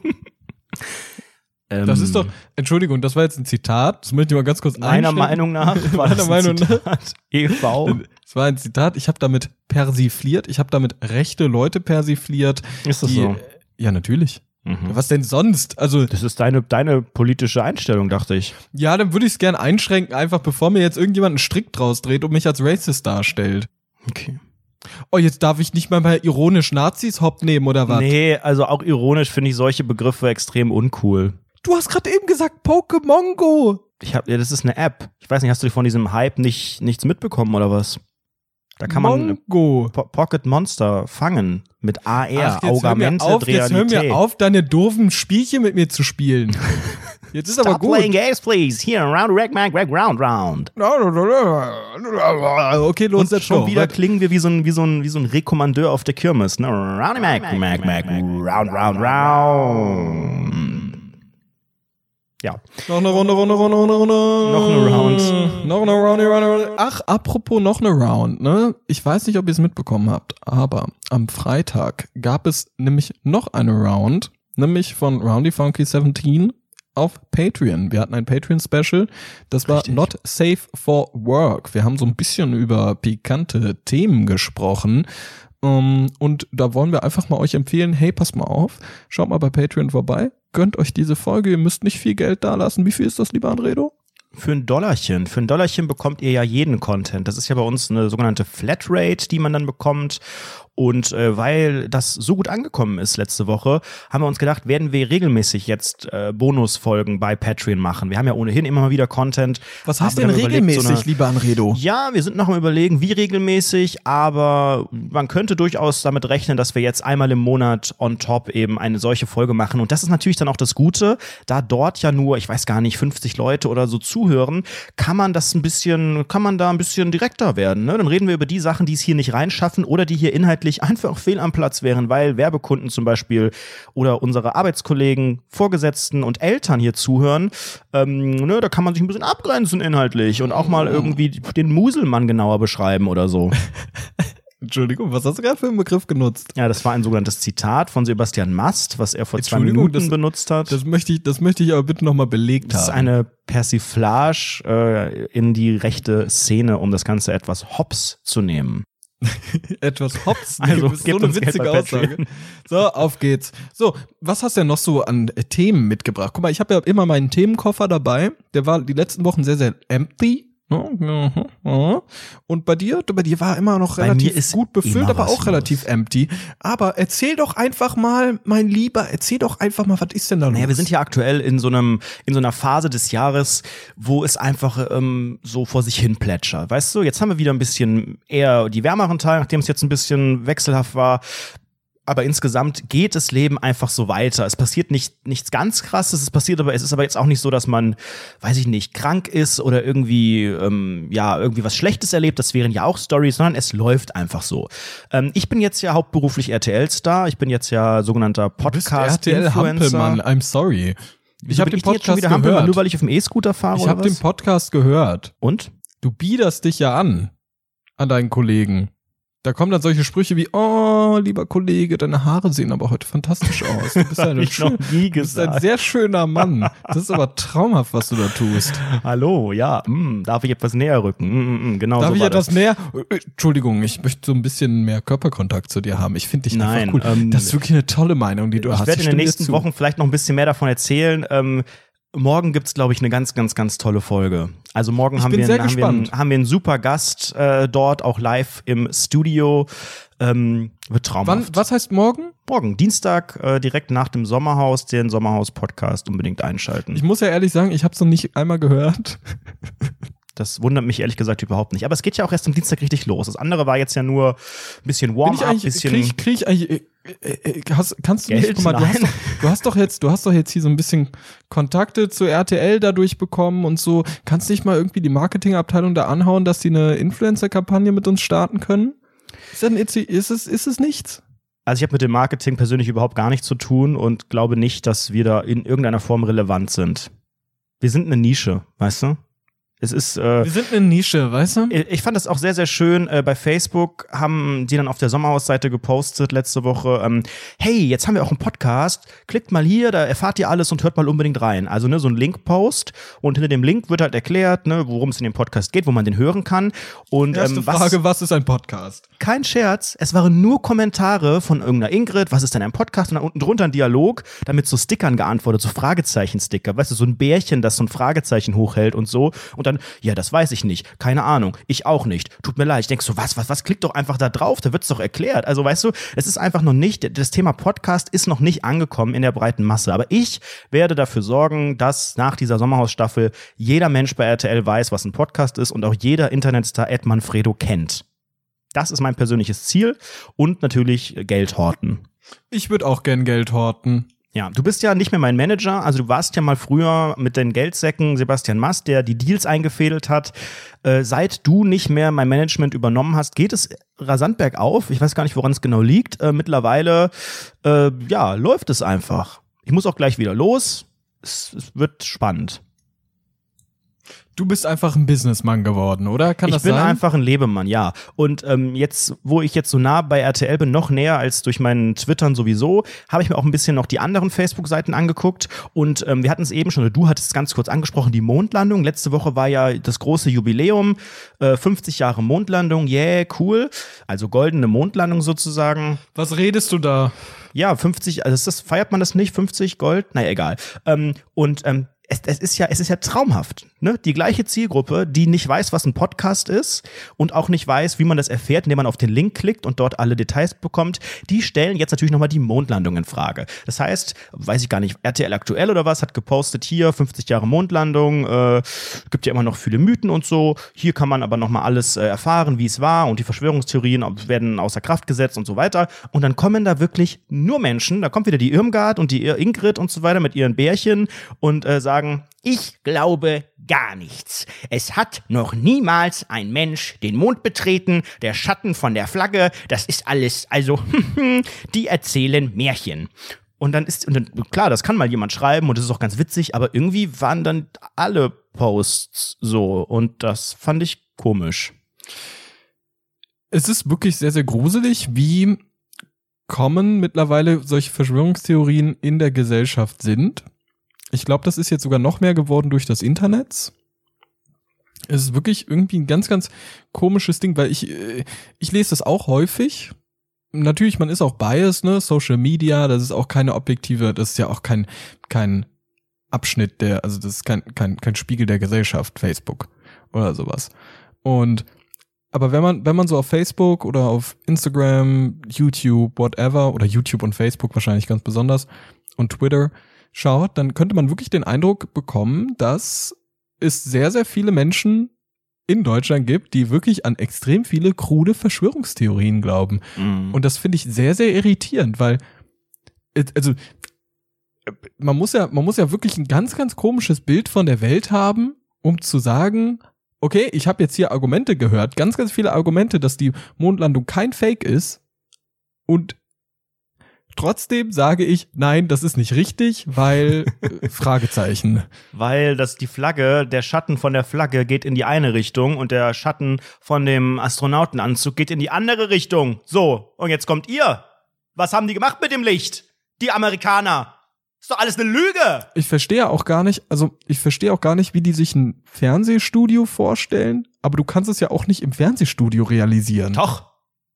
Das ist doch, Entschuldigung, das war jetzt ein Zitat, das möchte ich mal ganz kurz meiner Meinung nach war das ein Zitat. EV. Es war ein Zitat, ich habe damit persifliert, ich habe damit rechte Leute persifliert. Ist das so? Ja, natürlich. Mhm. Was denn sonst? Also das ist deine politische Einstellung, dachte ich. Ja, dann würde ich es gern einschränken, einfach bevor mir jetzt irgendjemand einen Strick draus dreht und mich als Racist darstellt. Okay. Oh, jetzt darf ich nicht mal ironisch Nazis hopp nehmen, oder was? Nee, also auch ironisch finde ich solche Begriffe extrem uncool. Du hast gerade eben gesagt Pokémon Go. Das ist eine App. Ich weiß nicht, hast du von diesem Hype nichts mitbekommen oder was? Da kann man Pocket Monster fangen mit AR, Augmented Realität. Jetzt hör mir auf, deine doofen Spielchen mit mir zu spielen. Jetzt ist aber gut. Stop playing games, please. Here, round. Okay, los, jetzt schon wieder klingen wir wie so ein Rekommandeur auf der Kirmes. Ne? Round, round. Ja. Noch eine Runde. Noch eine Round. Noch eine Round. Ach, apropos noch eine Round, ne? Ich weiß nicht, ob ihr es mitbekommen habt, aber am Freitag gab es nämlich noch eine Round, nämlich von Roundy Funky 17 auf Patreon. Wir hatten ein Patreon-Special, das war Richtig. Not Safe for Work. Wir haben so ein bisschen über pikante Themen gesprochen. Und da wollen wir einfach mal euch empfehlen, hey, passt mal auf, schaut mal bei Patreon vorbei, gönnt euch diese Folge, ihr müsst nicht viel Geld dalassen. Wie viel ist das, lieber Anredo? Für ein Dollarchen. Für ein Dollarchen bekommt ihr ja jeden Content. Das ist ja bei uns eine sogenannte Flatrate, die man dann bekommt. Und weil das so gut angekommen ist letzte Woche, haben wir uns gedacht, werden wir regelmäßig jetzt Bonusfolgen bei Patreon machen. Wir haben ja ohnehin immer mal wieder Content. Was heißt denn regelmäßig, lieber Anredo? Ja, wir sind noch am Überlegen, wie regelmäßig, aber man könnte durchaus damit rechnen, dass wir jetzt einmal im Monat on top eben eine solche Folge machen. Und das ist natürlich dann auch das Gute, da dort ja nur, ich weiß gar nicht, 50 Leute oder so zuhören, kann man da ein bisschen direkter werden. Ne? Dann reden wir über die Sachen, die es hier nicht reinschaffen oder die hier inhaltlich einfach fehl am Platz wären, weil Werbekunden zum Beispiel oder unsere Arbeitskollegen, Vorgesetzten und Eltern hier zuhören. Da kann man sich ein bisschen abgrenzen inhaltlich und auch mal irgendwie den Muselmann genauer beschreiben oder so. Entschuldigung, was hast du gerade für einen Begriff genutzt? Ja, das war ein sogenanntes Zitat von Sebastian Mast, was er vor 2 Minuten benutzt hat. Das möchte ich aber bitte nochmal belegt haben. Das ist eine Persiflage in die rechte Szene, um das Ganze etwas hops zu nehmen. Etwas hops, also das ist so eine witzige Aussage. So, auf geht's. So, was hast du denn noch so an Themen mitgebracht? Guck mal, ich habe ja immer meinen Themenkoffer dabei. Der war die letzten Wochen sehr, sehr empty. Und bei dir war immer noch relativ gut befüllt, aber auch relativ empty. Aber erzähl doch einfach mal, mein Lieber, was ist denn da los? Naja, wir sind ja aktuell in so einer Phase des Jahres, wo es einfach so vor sich hin plätschert. Weißt du, jetzt haben wir wieder ein bisschen eher die wärmeren Tage, nachdem es jetzt ein bisschen wechselhaft war. Aber insgesamt geht das Leben einfach so weiter. Es passiert nichts ganz Krasses, es ist aber jetzt auch nicht so, dass man, weiß ich nicht, krank ist oder irgendwie irgendwie was Schlechtes erlebt. Das wären ja auch Storys, sondern es läuft einfach so. Ich bin jetzt ja hauptberuflich RTL-Star. Ich bin jetzt ja sogenannter Podcast-Influencer. Mann, I'm sorry. Ich habe den Podcast gehört. Hampelmann, nur weil ich auf dem E-Scooter fahre Ich habe den Podcast gehört. Und? Du biederst dich ja an deinen Kollegen. Da kommen dann solche Sprüche wie, oh, lieber Kollege, deine Haare sehen aber heute fantastisch aus. Du bist, du bist ein sehr schöner Mann. Das ist aber traumhaft, was du da tust. Hallo, ja, darf ich etwas näher rücken? Genau darf so ich etwas näher? Entschuldigung, ich möchte so ein bisschen mehr Körperkontakt zu dir haben. Ich finde dich einfach cool. Das ist wirklich eine tolle Meinung, die du hast. Ich werde in den nächsten Wochen vielleicht noch ein bisschen mehr davon erzählen. Morgen gibt's, glaube ich, eine ganz, ganz, ganz tolle Folge. Also morgen haben wir einen super Gast dort, auch live im Studio. Wird traumhaft. Was heißt morgen? Morgen, Dienstag, direkt nach dem Sommerhaus, den Sommerhaus-Podcast unbedingt einschalten. Ich muss ja ehrlich sagen, ich habe es noch nicht einmal gehört. Das wundert mich ehrlich gesagt überhaupt nicht. Aber es geht ja auch erst am Dienstag richtig los. Das andere war jetzt ja nur ein bisschen Warm-up, ein bisschen. Krieg ich eigentlich. Kannst du Geld? nicht, guck mal, du hast doch jetzt hier so ein bisschen Kontakte zu RTL dadurch bekommen und so. Kannst du nicht mal irgendwie die Marketingabteilung da anhauen, dass die eine Influencer-Kampagne mit uns starten können? Ist es nichts? Also ich habe mit dem Marketing persönlich überhaupt gar nichts zu tun und glaube nicht, dass wir da in irgendeiner Form relevant sind. Wir sind eine Nische, weißt du? Wir sind eine Nische, weißt du? Ich fand das auch sehr, sehr schön. Bei Facebook haben die dann auf der Sommerhausseite gepostet letzte Woche, hey, jetzt haben wir auch einen Podcast, klickt mal hier, da erfahrt ihr alles und hört mal unbedingt rein. Also so ein Link-Post und hinter dem Link wird halt erklärt, worum es in dem Podcast geht, wo man den hören kann. Und erste Frage, was ist ein Podcast? Kein Scherz, es waren nur Kommentare von irgendeiner Ingrid, was ist denn ein Podcast? Und dann unten drunter ein Dialog, damit so Stickern geantwortet, so Fragezeichen-Sticker, weißt du, so ein Bärchen, das so ein Fragezeichen hochhält und so. Und dann, ja, das weiß ich nicht, keine Ahnung, ich auch nicht, tut mir leid. Ich denke so, was, klick doch einfach da drauf, da wird's doch erklärt. Also weißt du, es ist einfach noch nicht, das Thema Podcast ist noch nicht angekommen in der breiten Masse. Aber ich werde dafür sorgen, dass nach dieser Sommerhausstaffel jeder Mensch bei RTL weiß, was ein Podcast ist und auch jeder Internetstar Ed Manfredo kennt. Das ist mein persönliches Ziel und natürlich Geld horten. Ich würde auch gern Geld horten. Ja, du bist ja nicht mehr mein Manager, also du warst ja mal früher mit den Geldsäcken Sebastian Mast, der die Deals eingefädelt hat. Seit du nicht mehr mein Management übernommen hast, geht es rasant bergauf. Ich weiß gar nicht, woran es genau liegt. Mittlerweile, läuft es einfach. Ich muss auch gleich wieder los. Es wird spannend. Du bist einfach ein Businessmann geworden, oder? Kann das sein? Ich bin einfach ein Lebemann, ja. Und jetzt, wo ich jetzt so nah bei RTL bin, noch näher als durch meinen Twittern sowieso, habe ich mir auch ein bisschen noch die anderen Facebook-Seiten angeguckt. Und wir hatten es eben schon, oder du hattest es ganz kurz angesprochen, die Mondlandung. Letzte Woche war ja das große Jubiläum, 50 Jahre Mondlandung, yeah, cool. Also goldene Mondlandung sozusagen. Was redest du da? Ja, 50, feiert man das nicht? 50 Gold? Naja, egal. Es ist ja traumhaft. Ne, die gleiche Zielgruppe, die nicht weiß, was ein Podcast ist und auch nicht weiß, wie man das erfährt, indem man auf den Link klickt und dort alle Details bekommt, die stellen jetzt natürlich nochmal die Mondlandung in Frage. Das heißt, weiß ich gar nicht, RTL Aktuell oder was, hat gepostet, hier 50 Jahre Mondlandung, gibt ja immer noch viele Mythen und so. Hier kann man aber nochmal alles erfahren, wie es war und die Verschwörungstheorien werden außer Kraft gesetzt und so weiter. Und dann kommen da wirklich nur Menschen, da kommt wieder die Irmgard und die Ingrid und so weiter mit ihren Bärchen und sagen, ich glaube gar nichts. Es hat noch niemals ein Mensch den Mond betreten, der Schatten von der Flagge, das ist alles, also, die erzählen Märchen. Und dann klar, das kann mal jemand schreiben und das ist auch ganz witzig, aber irgendwie waren dann alle Posts so und das fand ich komisch. Es ist wirklich sehr, sehr gruselig, wie kommen mittlerweile solche Verschwörungstheorien in der Gesellschaft sind. Ich glaube, das ist jetzt sogar noch mehr geworden durch das Internet. Es ist wirklich irgendwie ein ganz, ganz komisches Ding, weil ich lese das auch häufig. Natürlich, man ist auch biased, ne? Social Media, das ist auch keine objektive, das ist ja auch kein Abschnitt also das ist kein Spiegel der Gesellschaft, Facebook oder sowas. Aber wenn man so auf Facebook oder auf Instagram, YouTube, whatever, oder YouTube und Facebook wahrscheinlich ganz besonders und Twitter schaut, dann könnte man wirklich den Eindruck bekommen, dass es sehr, sehr viele Menschen in Deutschland gibt, die wirklich an extrem viele krude Verschwörungstheorien glauben. Mhm. Und das finde ich sehr, sehr irritierend, weil also man muss ja wirklich ein ganz, ganz komisches Bild von der Welt haben, um zu sagen, okay, ich habe jetzt hier Argumente gehört, ganz, ganz viele Argumente, dass die Mondlandung kein Fake ist und trotzdem sage ich, nein, das ist nicht richtig, weil Fragezeichen. Weil die Flagge, der Schatten von der Flagge geht in die eine Richtung und der Schatten von dem Astronautenanzug geht in die andere Richtung. So, und jetzt kommt ihr. Was haben die gemacht mit dem Licht? Die Amerikaner. Ist doch alles eine Lüge. Ich verstehe auch gar nicht, wie die sich ein Fernsehstudio vorstellen, aber du kannst es ja auch nicht im Fernsehstudio realisieren. Doch.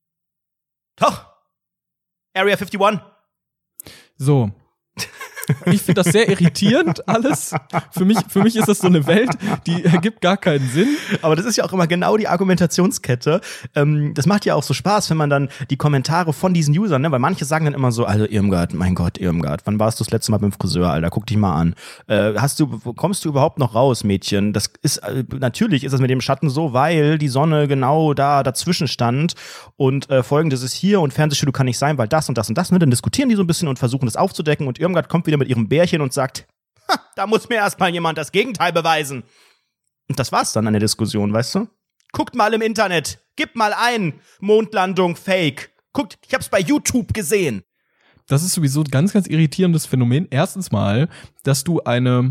Area 51. So. Ich finde das sehr irritierend alles. Für mich ist das so eine Welt, die ergibt gar keinen Sinn. Aber das ist ja auch immer genau die Argumentationskette. Das macht ja auch so Spaß, wenn man dann die Kommentare von diesen Usern, ne, weil manche sagen dann immer so, also Irmgard, mein Gott, Irmgard, wann warst du das letzte Mal beim Friseur, Alter? Guck dich mal an. Kommst du überhaupt noch raus, Mädchen? Das ist, natürlich ist das mit dem Schatten so, weil die Sonne genau da dazwischen stand und Folgendes ist hier und Fernsehstudio kann nicht sein, weil das und das und das, ne? Dann diskutieren die so ein bisschen und versuchen das aufzudecken und Irmgard kommt wieder mit ihrem Bärchen und sagt, da muss mir erstmal jemand das Gegenteil beweisen. Und das war's dann an der Diskussion, weißt du? Guckt mal im Internet, gebt mal ein, Mondlandung fake. Guckt, ich hab's bei YouTube gesehen. Das ist sowieso ein ganz, ganz irritierendes Phänomen. Erstens mal, dass du eine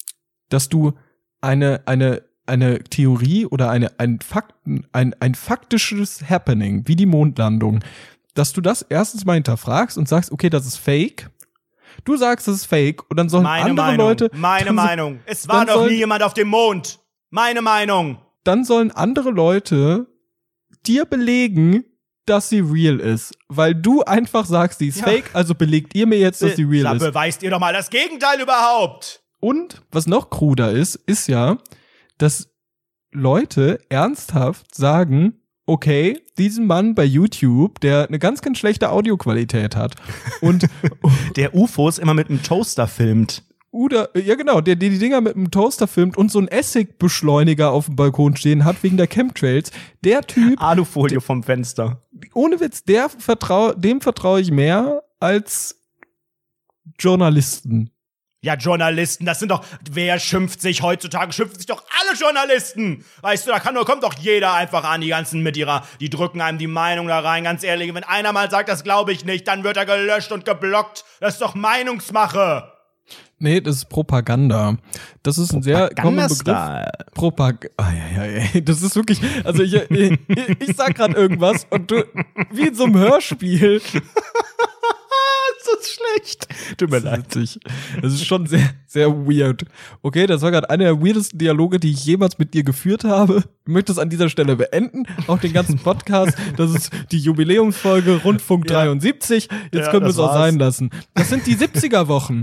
Theorie oder ein faktisches Happening, wie die Mondlandung, dass du das erstens mal hinterfragst und sagst, okay, das ist fake. Du sagst, das ist fake und dann sollen Meine Meinung. Es war noch nie jemand auf dem Mond. Meine Meinung. Dann sollen andere Leute dir belegen, dass sie real ist. Weil du einfach sagst, sie ist fake, also belegt ihr mir jetzt, dass sie real ist. Beweist ihr doch mal das Gegenteil überhaupt. Und was noch kruder ist ja, dass Leute ernsthaft sagen, okay, diesen Mann bei YouTube, der eine ganz, ganz schlechte Audioqualität hat und der UFOs immer mit einem Toaster filmt. Oder, ja genau, der die Dinger mit einem Toaster filmt und so einen Essigbeschleuniger auf dem Balkon stehen hat wegen der Chemtrails. Der Typ. Alufolie vom Fenster. Ohne Witz, dem vertraue ich mehr als Journalisten. Ja, Journalisten, das sind doch, wer schimpft sich heutzutage? Schimpfen sich doch alle Journalisten. Weißt du, kommt doch jeder einfach an, die ganzen die drücken einem die Meinung da rein, ganz ehrlich. Wenn einer mal sagt, das glaube ich nicht, dann wird er gelöscht und geblockt. Das ist doch Meinungsmache. Nee, das ist Propaganda. Das ist ein sehr kommener Begriff. Das ist wirklich, also ich sag gerade irgendwas und du, wie in so einem Hörspiel. Das ist schlecht. Tut mir leid. Das ist schon sehr, sehr weird. Okay, das war gerade einer der weirdesten Dialoge, die ich jemals mit dir geführt habe. Ich möchte es an dieser Stelle beenden. Auch den ganzen Podcast. Das ist die Jubiläumsfolge Rundfunk 73. Jetzt können wir es auch sein lassen. Das sind die 70er-Wochen.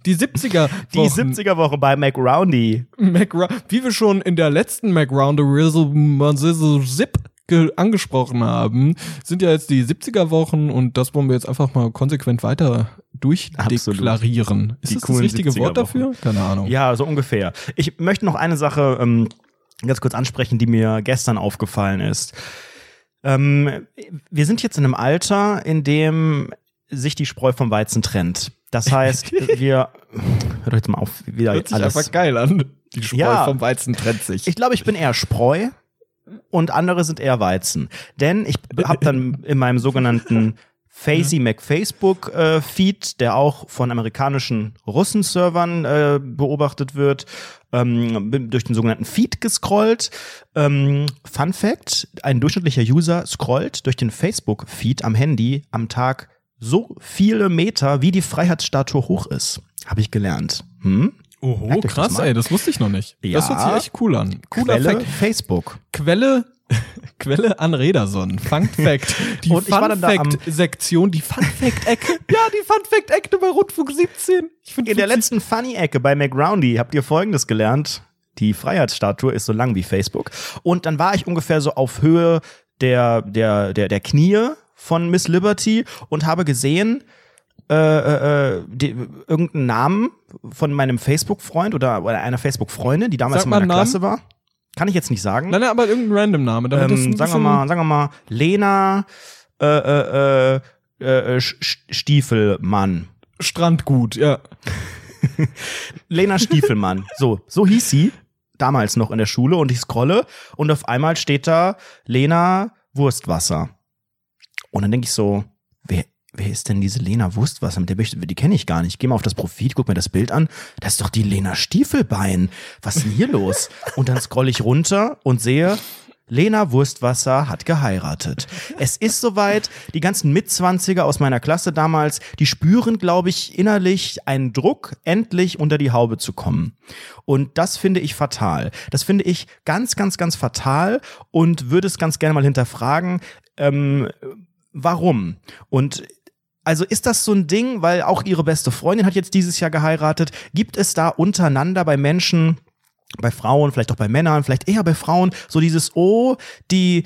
Die 70er Die Wochen. 70er-Woche bei McRoundy. Wie wir schon in der letzten McRoundy Zip angesprochen haben, sind ja jetzt die 70er Wochen und das wollen wir jetzt einfach mal konsequent weiter durchdeklarieren. Ist Die das das coolen richtige 70er Wort dafür? Keine Ahnung. Ja, so ungefähr. Ich möchte noch eine Sache ganz kurz ansprechen, die mir gestern aufgefallen ist. Wir sind jetzt in einem Alter, in dem sich die Spreu vom Weizen trennt. Das heißt, hört jetzt mal auf, wieder Hört sich alles. einfach geil an. Die Spreu Ja. vom Weizen trennt sich. Ich glaube, ich bin eher Spreu und andere sind eher Weizen. Denn ich habe dann in meinem sogenannten Facey McFacebook Feed, der auch von amerikanischen Russenservern beobachtet wird, bin durch den sogenannten Feed gescrollt. Fun Fact, ein durchschnittlicher User scrollt durch den Facebook-Feed am Handy am Tag so viele Meter, wie die Freiheitsstatue hoch ist. Habe ich gelernt. Oho, Merkt euch das krass, mal. ey, das wusste ich noch nicht. Ja. Das hört sich echt cool an. Cooler Quelle Fact. Facebook. Quelle an Rederson. Fun Fact. Die Und ich war dann da Fun-Fact-Sektion, die Fun-Fact-Ecke. Ja, die Fun-Fact-Ecke bei Rundfunk 17. Ich finde In der letzten Funny-Ecke bei McRoundy habt ihr Folgendes gelernt. Die Freiheitsstatue ist so lang wie Facebook. Und dann war ich ungefähr so auf Höhe der Knie von Miss Liberty und habe gesehen, irgendeinen Namen von meinem Facebook-Freund oder einer Facebook-Freundin, die damals Sag in mal meiner einen Klasse war. Kann ich jetzt nicht sagen. Nein, aber irgendein random Name. Damit das ein Sagen wir mal, Lena Stiefelmann. Strandgut, ja. Lena Stiefelmann. So hieß sie damals noch in der Schule und ich scrolle und auf einmal steht da Lena Wurstwasser. Und dann denke ich so, wer ist denn diese Lena Wurstwasser? Die kenne ich gar nicht. Geh mal auf das Profil, guck mir das Bild an. Das ist doch die Lena Stiefelbein. Was ist denn hier los? Und dann scrolle ich runter und sehe, Lena Wurstwasser hat geheiratet. Es ist soweit, die ganzen Mitzwanziger aus meiner Klasse damals, die spüren, glaube ich, innerlich einen Druck, endlich unter die Haube zu kommen. Und das finde ich fatal. Das finde ich ganz, ganz, ganz fatal und würde es ganz gerne mal hinterfragen, warum? Und also ist das so ein Ding, weil auch ihre beste Freundin hat jetzt dieses Jahr geheiratet, gibt es da untereinander bei Menschen, bei Frauen, vielleicht auch bei Männern, vielleicht eher bei Frauen, so dieses, die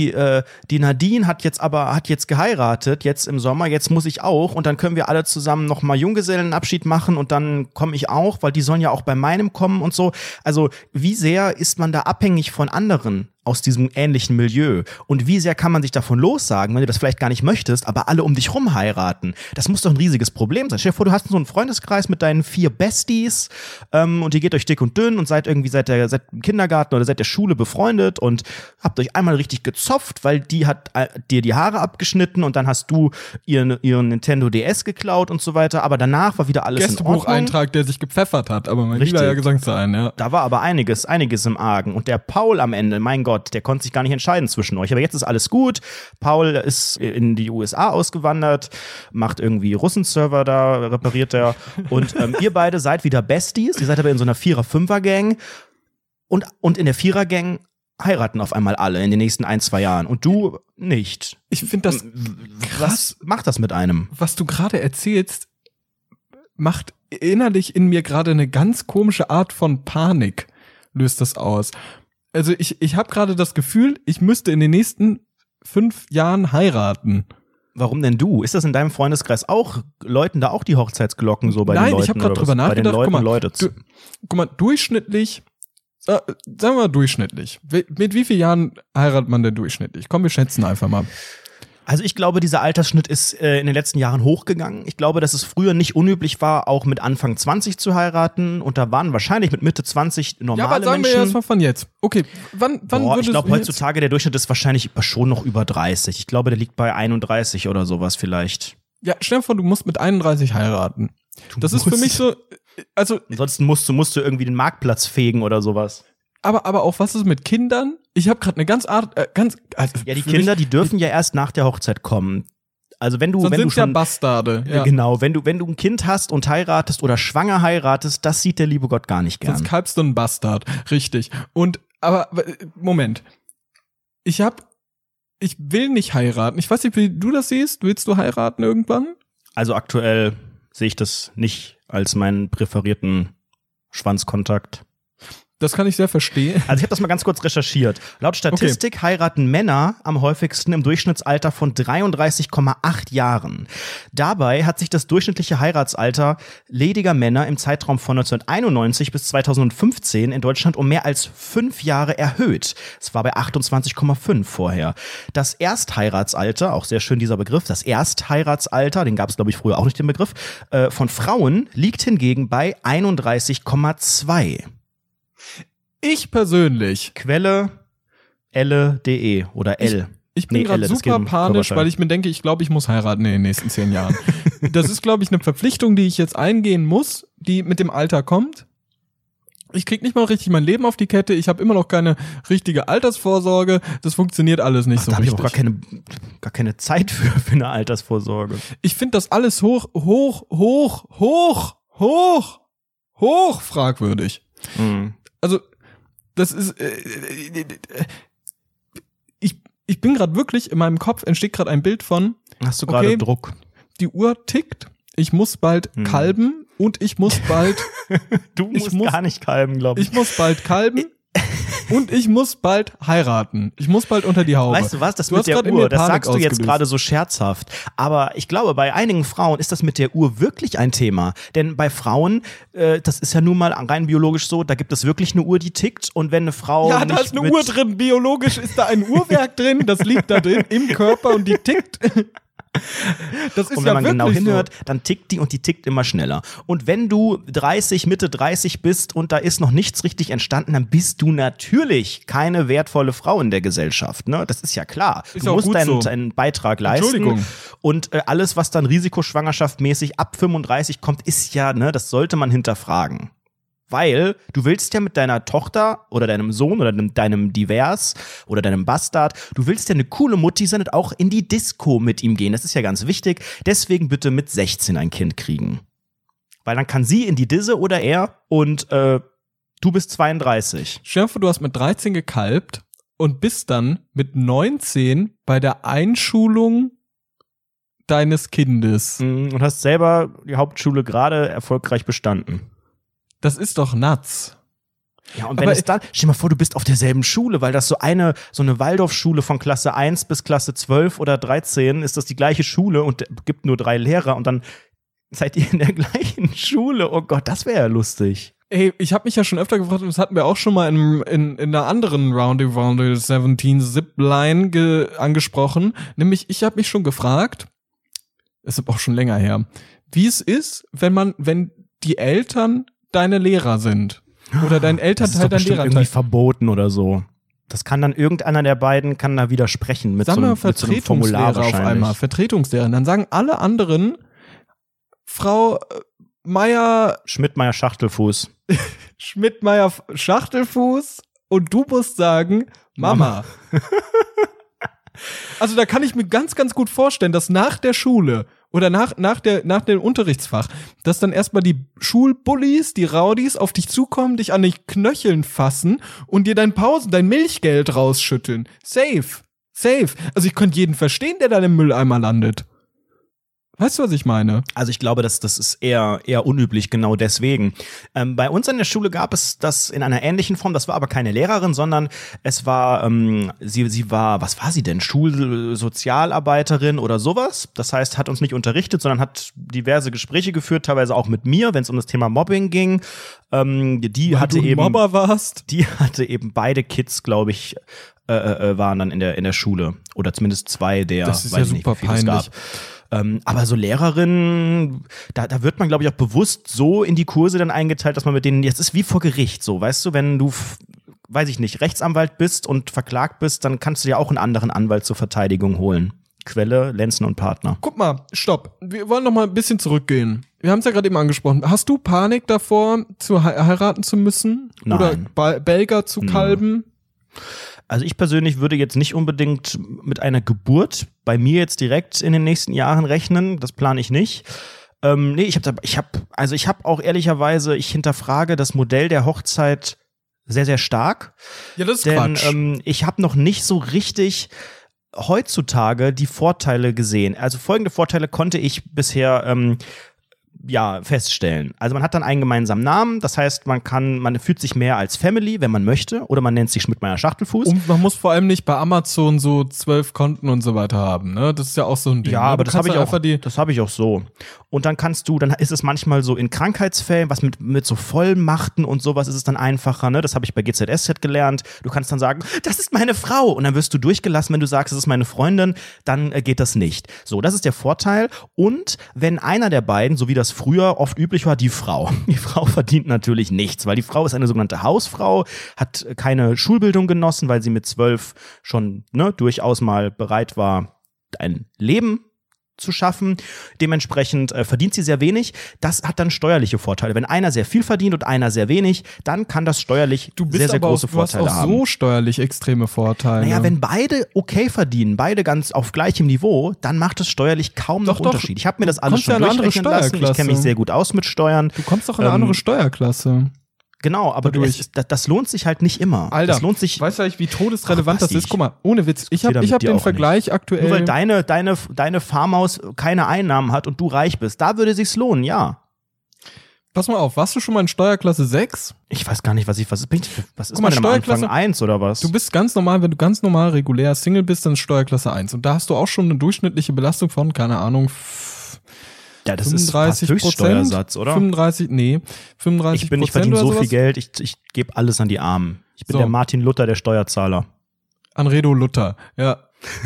Nadine hat jetzt geheiratet, jetzt im Sommer, jetzt muss ich auch und dann können wir alle zusammen nochmal Junggesellenabschied machen und dann komme ich auch, weil die sollen ja auch bei meinem kommen und so. Also wie sehr ist man da abhängig von anderen aus diesem ähnlichen Milieu? Und wie sehr kann man sich davon lossagen, wenn du das vielleicht gar nicht möchtest, aber alle um dich rum heiraten? Das muss doch ein riesiges Problem sein. Stell dir vor, du hast so einen Freundeskreis mit deinen 4 Besties und ihr geht euch dick und dünn und seid irgendwie seit dem Kindergarten oder seit der Schule befreundet und habt euch einmal richtig gezopft, weil die hat dir die Haare abgeschnitten und dann hast du ihren Nintendo DS geklaut und so weiter. Aber danach war wieder alles in Ordnung. Gästebucheintrag, der sich gepfeffert hat, aber mein Richtig. lieber ja Gesangsverein, ja. Da war aber einiges im Argen. Und der Paul am Ende, mein Gott, der konnte sich gar nicht entscheiden zwischen euch. Aber jetzt ist alles gut. Paul ist in die USA ausgewandert, macht irgendwie Russenserver da, repariert er. Und ihr beide seid wieder Besties. Ihr seid aber in so einer 4er-5er-Gang. Und in der 4er-Gang heiraten auf einmal alle in den nächsten 1-2 Jahren. Und du nicht. Ich finde das Was macht das mit einem? was du gerade erzählst, macht innerlich in mir gerade eine ganz komische Art von Panik, löst das aus. Also ich habe gerade das Gefühl, ich müsste in den nächsten 5 Jahren heiraten. Warum denn du? Ist das in deinem Freundeskreis auch, läuten da auch die Hochzeitsglocken so bei den Leuten? Nein, ich habe gerade drüber nachgedacht. Bei den Leuten, Guck mal, Leute. guck mal, durchschnittlich, sagen wir mal durchschnittlich. Mit wie vielen Jahren heiratet man denn durchschnittlich? Komm, wir schätzen einfach mal. Also ich glaube, dieser Altersschnitt ist in den letzten Jahren hochgegangen. Ich glaube, dass es früher nicht unüblich war, auch mit Anfang 20 zu heiraten. Und da waren wahrscheinlich mit Mitte 20 normale Ja, aber sagen Menschen. wir erstmal von jetzt. Okay, wann Ich glaube, heutzutage der Durchschnitt ist wahrscheinlich schon noch über 30. Ich glaube, der liegt bei 31 oder sowas vielleicht. Ja, stell dir vor, du musst mit 31 heiraten. Das ist für mich so, also, Ansonsten musst du irgendwie den Marktplatz fegen oder sowas. aber auch was ist mit Kindern? Ich habe gerade eine Ja, die Kinder, die dürfen ja erst nach der Hochzeit kommen. Also wenn du sind's ja schon Bastarde. Ja. Genau, wenn du ein Kind hast und heiratest oder schwanger heiratest, das sieht der liebe Gott gar nicht gern. Sonst kalbst du ein Bastard, richtig. Aber Moment. Ich will nicht heiraten. Ich weiß nicht, wie du das siehst. Willst du heiraten irgendwann? Also aktuell sehe ich das nicht als meinen präferierten Schwanzkontakt. Das kann ich sehr verstehen. Also ich habe das mal ganz kurz recherchiert. Laut Statistik heiraten Männer am häufigsten im Durchschnittsalter von 33,8 Jahren. Dabei hat sich das durchschnittliche Heiratsalter lediger Männer im Zeitraum von 1991 bis 2015 in Deutschland um mehr als 5 Jahre erhöht. Es war bei 28,5 vorher. Das Erstheiratsalter, auch sehr schön dieser Begriff, das Erstheiratsalter, den gab es glaube ich früher auch nicht, den Begriff, von Frauen liegt hingegen bei 31,2. Ich persönlich. Quelle elle.de oder L. Ich bin gerade super panisch, weil ich mir denke, ich glaube, ich muss heiraten in den nächsten 10 Jahren. Das ist, glaube ich, eine Verpflichtung, die ich jetzt eingehen muss, die mit dem Alter kommt. Ich krieg nicht mal richtig mein Leben auf die Kette. Ich habe immer noch keine richtige Altersvorsorge. Das funktioniert alles nicht so da richtig. Da habe ich auch gar keine Zeit für eine Altersvorsorge. Ich finde das alles hoch fragwürdig. Mhm. Also das ist ich bin gerade wirklich, in meinem Kopf entsteht gerade ein Bild von, hast du gerade Druck? Die Uhr tickt, ich muss bald kalben und ich muss bald du musst gar nicht kalben, glaube ich. Ich muss bald kalben und ich muss bald heiraten. Ich muss bald unter die Haube. Weißt du was, das mit der Uhr, das sagst du jetzt gerade so scherzhaft. Aber ich glaube, bei einigen Frauen ist das mit der Uhr wirklich ein Thema. Denn bei Frauen, das ist ja nun mal rein biologisch so, da gibt es wirklich eine Uhr, die tickt. Und wenn eine Frau ja, da ist eine Uhr drin, biologisch ist da ein Uhrwerk drin, das liegt da drin im Körper und die tickt. Das ist und wenn man genau hinhört, so. dann tickt die und die tickt immer schneller. Und wenn du Mitte 30 bist und da ist noch nichts richtig entstanden, dann bist du natürlich keine wertvolle Frau in der Gesellschaft. Ne? Das ist ja klar. Ist du musst so. deinen Beitrag leisten. Entschuldigung. Und alles, was dann risikoschwangerschaftmäßig ab 35 kommt, ist ja, ne, das sollte man hinterfragen. Weil du willst ja mit deiner Tochter oder deinem Sohn oder deinem Divers oder deinem Bastard, du willst ja eine coole Mutti sein und auch in die Disco mit ihm gehen. Das ist ja ganz wichtig. Deswegen bitte mit 16 ein Kind kriegen. Weil dann kann sie in die Disse oder er und du bist 32. Stell dir vor, du hast mit 13 gekalbt und bist dann mit 19 bei der Einschulung deines Kindes. Und hast selber die Hauptschule gerade erfolgreich bestanden. Das ist doch nuts. Ja, und wenn es dann, stell dir mal vor, du bist auf derselben Schule, weil das so eine Waldorfschule von Klasse 1 bis Klasse 12 oder 13 ist das die gleiche Schule und gibt nur 3 Lehrer und dann seid ihr in der gleichen Schule. Oh Gott, das wäre ja lustig. Ey, ich habe mich ja schon öfter gefragt, und das hatten wir auch schon mal in einer anderen Roundy 17 Zipline angesprochen, nämlich ich habe mich schon gefragt, ist aber auch schon länger her, wie es ist, wenn die Eltern deine Lehrer sind. Oder dein Elternteil dein Lehrer. Irgendwie verboten oder so. Das kann dann irgendeiner der beiden kann da widersprechen mit so einem Formular wahrscheinlich. Auf einmal, Vertretungslehrer. Dann sagen alle anderen, Frau Meier Schachtelfuß und du musst sagen, Mama. Also da kann ich mir ganz, ganz gut vorstellen, dass nach der Schule oder nach dem Unterrichtsfach, dass dann erstmal die Schulbullies, die Rowdies auf dich zukommen, dich an die Knöcheln fassen und dir dein Milchgeld rausschütteln. Safe. Also ich könnte jeden verstehen, der dann im Mülleimer landet. Weißt du, was ich meine? Also ich glaube, das ist eher unüblich, genau deswegen. Bei uns an der Schule gab es das in einer ähnlichen Form, das war aber keine Lehrerin, sondern es war, sie war, was war sie denn? Schulsozialarbeiterin oder sowas. Das heißt, hat uns nicht unterrichtet, sondern hat diverse Gespräche geführt, teilweise auch mit mir, wenn es um das Thema Mobbing ging. Die hatte eben beide Kids, glaube ich, waren dann in der Schule. Oder zumindest 2 der, das ist ja super peinlich. Aber so Lehrerinnen, da wird man, glaube ich, auch bewusst so in die Kurse dann eingeteilt, dass man mit denen, jetzt ist wie vor Gericht so, weißt du, wenn du, weiß ich nicht, Rechtsanwalt bist und verklagt bist, dann kannst du ja auch einen anderen Anwalt zur Verteidigung holen. Quelle, Lenzen und Partner. Guck mal, stopp. Wir wollen noch mal ein bisschen zurückgehen. Wir haben es ja gerade eben angesprochen. Hast du Panik davor, heiraten zu müssen? Nein. Oder Belger zu kalben? Also ich persönlich würde jetzt nicht unbedingt mit einer Geburt bei mir jetzt direkt in den nächsten Jahren rechnen. Das plane ich nicht. Nee, ich habe auch ehrlicherweise, ich hinterfrage das Modell der Hochzeit sehr, sehr stark. Ja, das ist Quatsch. Denn ich habe noch nicht so richtig heutzutage die Vorteile gesehen. Also folgende Vorteile konnte ich bisher feststellen. Also man hat dann einen gemeinsamen Namen, das heißt, man fühlt sich mehr als Family, wenn man möchte, oder man nennt sich Schmidtmeyer-Schachtelfuß. Und man muss vor allem nicht bei Amazon so 12 Konten und so weiter haben, ne? Das ist ja auch so ein Ding. Ja, ne? aber das habe ich auch so. Und dann dann ist es manchmal so in Krankheitsfällen, was mit so Vollmachten und sowas ist es dann einfacher, ne? Das habe ich bei GZSZ gelernt. Du kannst dann sagen, das ist meine Frau. Und dann wirst du durchgelassen, wenn du sagst, das ist meine Freundin, dann geht das nicht. So, das ist der Vorteil. Und wenn einer der beiden, so wie das früher oft üblich war, die Frau verdient natürlich nichts, weil die Frau ist eine sogenannte Hausfrau, hat keine Schulbildung genossen, weil sie mit 12 schon durchaus mal bereit war, ein Leben zu schaffen. Dementsprechend verdient sie sehr wenig. Das hat dann steuerliche Vorteile. Wenn einer sehr viel verdient und einer sehr wenig, dann kann das steuerlich sehr, sehr große Vorteile haben. Du hast auch so steuerlich extreme Vorteile. Naja, wenn beide okay verdienen, beide ganz auf gleichem Niveau, dann macht es steuerlich kaum noch Unterschied. Ich habe mir das alles schon durchrechnen lassen. Ich kenne mich sehr gut aus mit Steuern. Du kommst doch in eine andere Steuerklasse. Genau, aber das lohnt sich halt nicht immer. Alter, das lohnt sich. Weißt du eigentlich, wie todesrelevant das ist? Guck mal, ohne Witz, ich hab den Vergleich nicht. Aktuell. Nur weil deine Farmhaus keine Einnahmen hat und du reich bist, da würde sich's lohnen, ja. Pass mal auf, warst du schon mal in Steuerklasse 6? Ich weiß gar nicht, was ist man denn am Anfang 1 oder was? Du bist ganz normal, wenn du ganz normal regulär Single bist, dann ist Steuerklasse 1. Und da hast du auch schon eine durchschnittliche Belastung von, keine Ahnung, ja, das ist fast Höchststeuersatz, oder? 35. Ich verdiene so viel Geld, ich gebe alles an die Armen. Ich bin der Martin Luther der Steuerzahler. Anredo Luther, ja.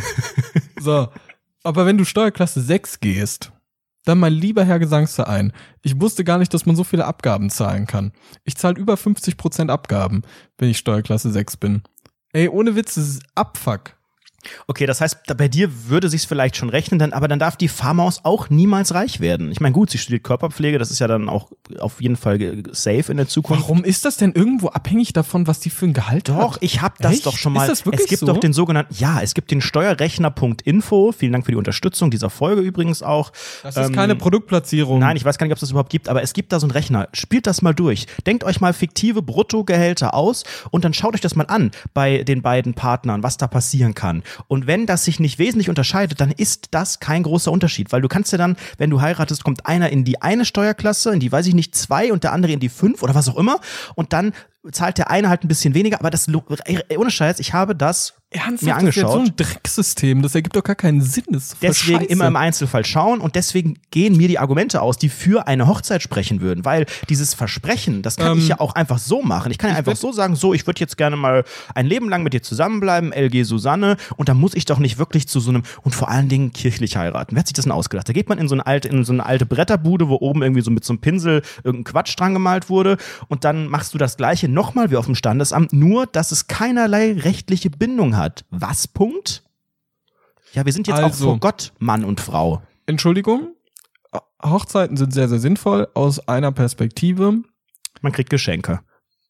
So, aber wenn du Steuerklasse 6 gehst, dann mein lieber Herr Gesangsverein, ich wusste gar nicht, dass man so viele Abgaben zahlen kann. Ich zahle über 50% Abgaben, wenn ich Steuerklasse 6 bin. Ey, ohne Witz, das ist Abfuck. Okay, das heißt, bei dir würde sich's vielleicht schon rechnen, aber dann darf die Farmhaus auch niemals reich werden. Ich meine, gut, sie studiert Körperpflege, das ist ja dann auch auf jeden Fall safe in der Zukunft. Warum ist das denn irgendwo abhängig davon, was die für ein Gehalt hat? Doch, ich habe das doch schon mal. Ist das wirklich es gibt so? Doch den sogenannten, es gibt den Steuerrechner.info. Vielen Dank für die Unterstützung dieser Folge übrigens auch. Das ist keine Produktplatzierung. Nein, ich weiß gar nicht, ob es das überhaupt gibt, aber es gibt da so einen Rechner. Spielt das mal durch. Denkt euch mal fiktive Bruttogehälter aus und dann schaut euch das mal an bei den beiden Partnern, was da passieren kann. Und wenn das sich nicht wesentlich unterscheidet, dann ist das kein großer Unterschied, weil du kannst ja dann, wenn du heiratest, kommt einer in die eine Steuerklasse, in die, weiß ich nicht, 2 und der andere in die 5 oder was auch immer und dann zahlt der eine halt ein bisschen weniger, aber das, ohne Scheiß, ich habe das mir angeschaut. Das ist ja so ein Drecksystem, das ergibt doch gar keinen Sinn. Das ist deswegen immer im Einzelfall schauen und deswegen gehen mir die Argumente aus, die für eine Hochzeit sprechen würden, weil dieses Versprechen, das kann ich ja auch einfach so machen. Ich kann ja einfach so sagen, ich würde jetzt gerne mal ein Leben lang mit dir zusammenbleiben, LG Susanne, und da muss ich doch nicht wirklich zu so einem, und vor allen Dingen kirchlich heiraten. Wer hat sich das denn ausgedacht? Da geht man in so eine alte Bretterbude, wo oben irgendwie so mit so einem Pinsel irgendein Quatsch dran gemalt wurde und dann machst du das Gleiche nochmal wie auf dem Standesamt, nur dass es keinerlei rechtliche Bindung hat. Was? Punkt? Ja, wir sind jetzt auch vor Gott Mann und Frau. Entschuldigung, Hochzeiten sind sehr, sehr sinnvoll aus einer Perspektive. Man kriegt Geschenke.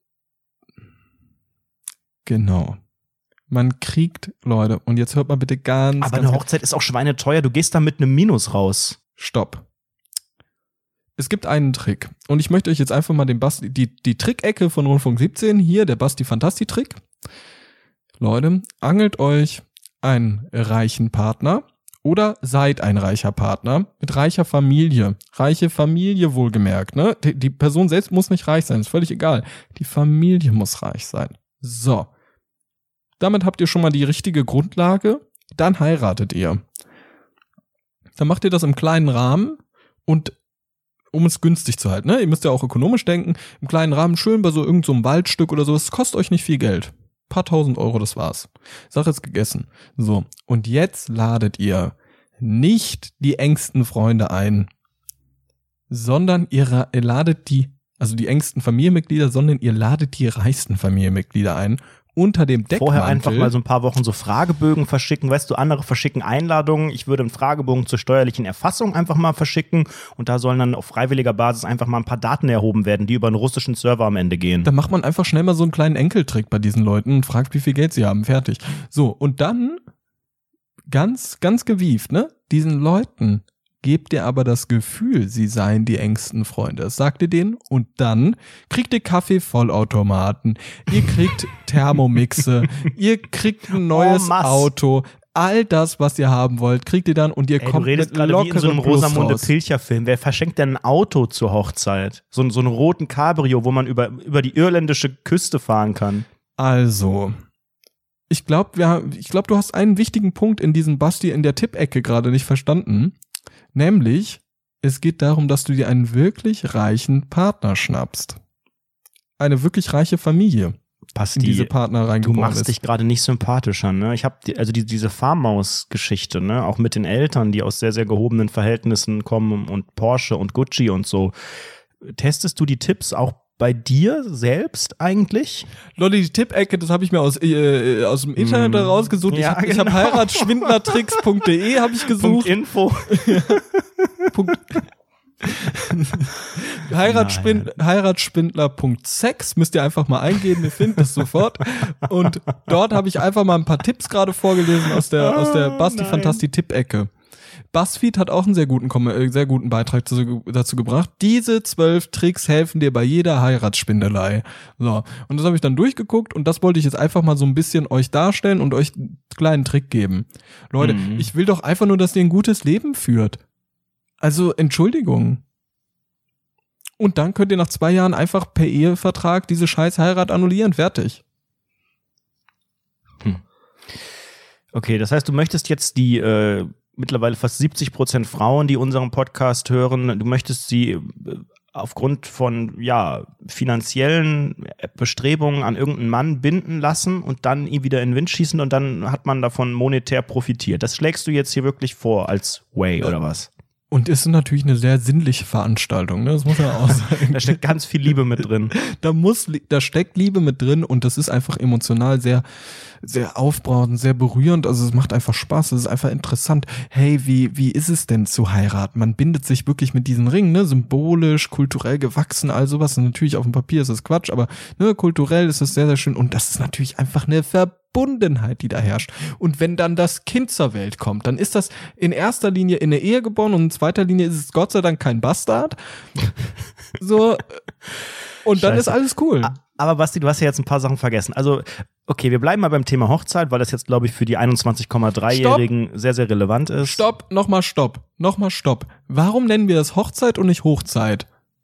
Genau. Man kriegt, Leute, und jetzt hört mal bitte ganz... Aber eine Hochzeit ist auch schweineteuer, du gehst da mit einem Minus raus. Stopp. Es gibt einen Trick. Und ich möchte euch jetzt einfach mal die Trickecke von Rundfunk 17, hier, der Basti-Fantasti-Trick. Leute, angelt euch einen reichen Partner oder seid ein reicher Partner mit reicher Familie. Reiche Familie wohlgemerkt, ne? Die Person selbst muss nicht reich sein, ist völlig egal. Die Familie muss reich sein. So. Damit habt ihr schon mal die richtige Grundlage. Dann heiratet ihr. Dann macht ihr das im kleinen Rahmen und um es günstig zu halten, ne? Ihr müsst ja auch ökonomisch denken. Im kleinen Rahmen schön bei so irgendeinem Waldstück oder so. Es kostet euch nicht viel Geld. Paar tausend Euro, das war's. Sache ist gegessen. So. Und jetzt ladet ihr nicht die engsten Freunde ein, sondern ihr ladet die engsten Familienmitglieder, sondern ihr ladet die reichsten Familienmitglieder ein. Unter dem Deckmantel. Vorher einfach mal so ein paar Wochen so Fragebögen verschicken. Weißt du, andere verschicken Einladungen. Ich würde einen Fragebogen zur steuerlichen Erfassung einfach mal verschicken. Und da sollen dann auf freiwilliger Basis einfach mal ein paar Daten erhoben werden, die über einen russischen Server am Ende gehen. Da macht man einfach schnell mal so einen kleinen Enkeltrick bei diesen Leuten und fragt, wie viel Geld sie haben. Fertig. So, und dann, ganz, ganz gewieft, ne? Diesen Leuten gebt ihr aber das Gefühl, sie seien die engsten Freunde. Das sagt ihr denen und dann kriegt ihr Kaffee-Vollautomaten, ihr kriegt Thermomixe, ihr kriegt ein neues Auto. all das, was ihr haben wollt, kriegt ihr dann und ihr kommt du redest mit gerade wie in so einem lockerem Plus Rosamunde raus. Pilcher-Film. Wer verschenkt denn ein Auto zur Hochzeit? So einen roten Cabrio, wo man über die irländische Küste fahren kann. Also, ich glaube, du hast einen wichtigen Punkt in diesem Basti in der Tippecke gerade nicht verstanden. Nämlich, es geht darum, dass du dir einen wirklich reichen Partner schnappst. Eine wirklich reiche Familie Basti, in diese Partner du reingeboren machst ist. dich gerade nicht sympathischer, ne? Ich habe diese Farmhaus-Geschichte, ne? Auch mit den Eltern, die aus sehr, sehr gehobenen Verhältnissen kommen und Porsche und Gucci und so. Testest du die Tipps auch bei dir selbst eigentlich? Lolli, die Tippecke, das habe ich mir aus dem Internet rausgesucht. Ja, Ich hab heiratsschwindlertricks.de habe ich gesucht. Info. Heiratsschwindler.sex müsst ihr einfach mal eingeben, ihr findet es sofort. Und dort habe ich einfach mal ein paar Tipps gerade vorgelesen aus der Basti-Fantasti-Tippecke. BuzzFeed hat auch einen sehr guten Beitrag dazu gebracht. Diese 12 Tricks helfen dir bei jeder Heiratsschwindelei. So. Und das habe ich dann durchgeguckt und das wollte ich jetzt einfach mal so ein bisschen euch darstellen und euch einen kleinen Trick geben. Leute, ich will doch einfach nur, dass ihr ein gutes Leben führt. Also, Entschuldigung. Und dann könnt ihr nach 2 Jahren einfach per Ehevertrag diese scheiß Heirat annullieren. Fertig. Okay, das heißt, du möchtest jetzt die mittlerweile fast 70% Frauen, die unseren Podcast hören, du möchtest sie aufgrund von finanziellen Bestrebungen an irgendeinen Mann binden lassen und dann ihn wieder in den Wind schießen und dann hat man davon monetär profitiert. Das schlägst du jetzt hier wirklich vor als Way oder was? Und ist natürlich eine sehr sinnliche Veranstaltung, ne? Das muss man auch sagen. Da steckt ganz viel Liebe mit drin. Da steckt Liebe mit drin und das ist einfach emotional sehr, sehr aufbrausend, sehr berührend. Also es macht einfach Spaß, es ist einfach interessant. Hey, wie ist es denn zu heiraten? Man bindet sich wirklich mit diesen Ringen, ne? Symbolisch, kulturell gewachsen, all sowas. Und natürlich auf dem Papier ist das Quatsch, aber ne, kulturell ist es sehr, sehr schön. Und das ist natürlich einfach eine Verbundenheit, die da herrscht. Und wenn dann das Kind zur Welt kommt, dann ist das in erster Linie in der Ehe geboren und in zweiter Linie ist es Gott sei Dank kein Bastard. So. Und dann ist alles cool. Aber Basti, du hast ja jetzt ein paar Sachen vergessen. Also, okay, wir bleiben mal beim Thema Hochzeit, weil das jetzt, glaube ich, für die 21,3-Jährigen sehr, sehr relevant ist. Stopp. Warum nennen wir das Hochzeit und nicht Hochzeit?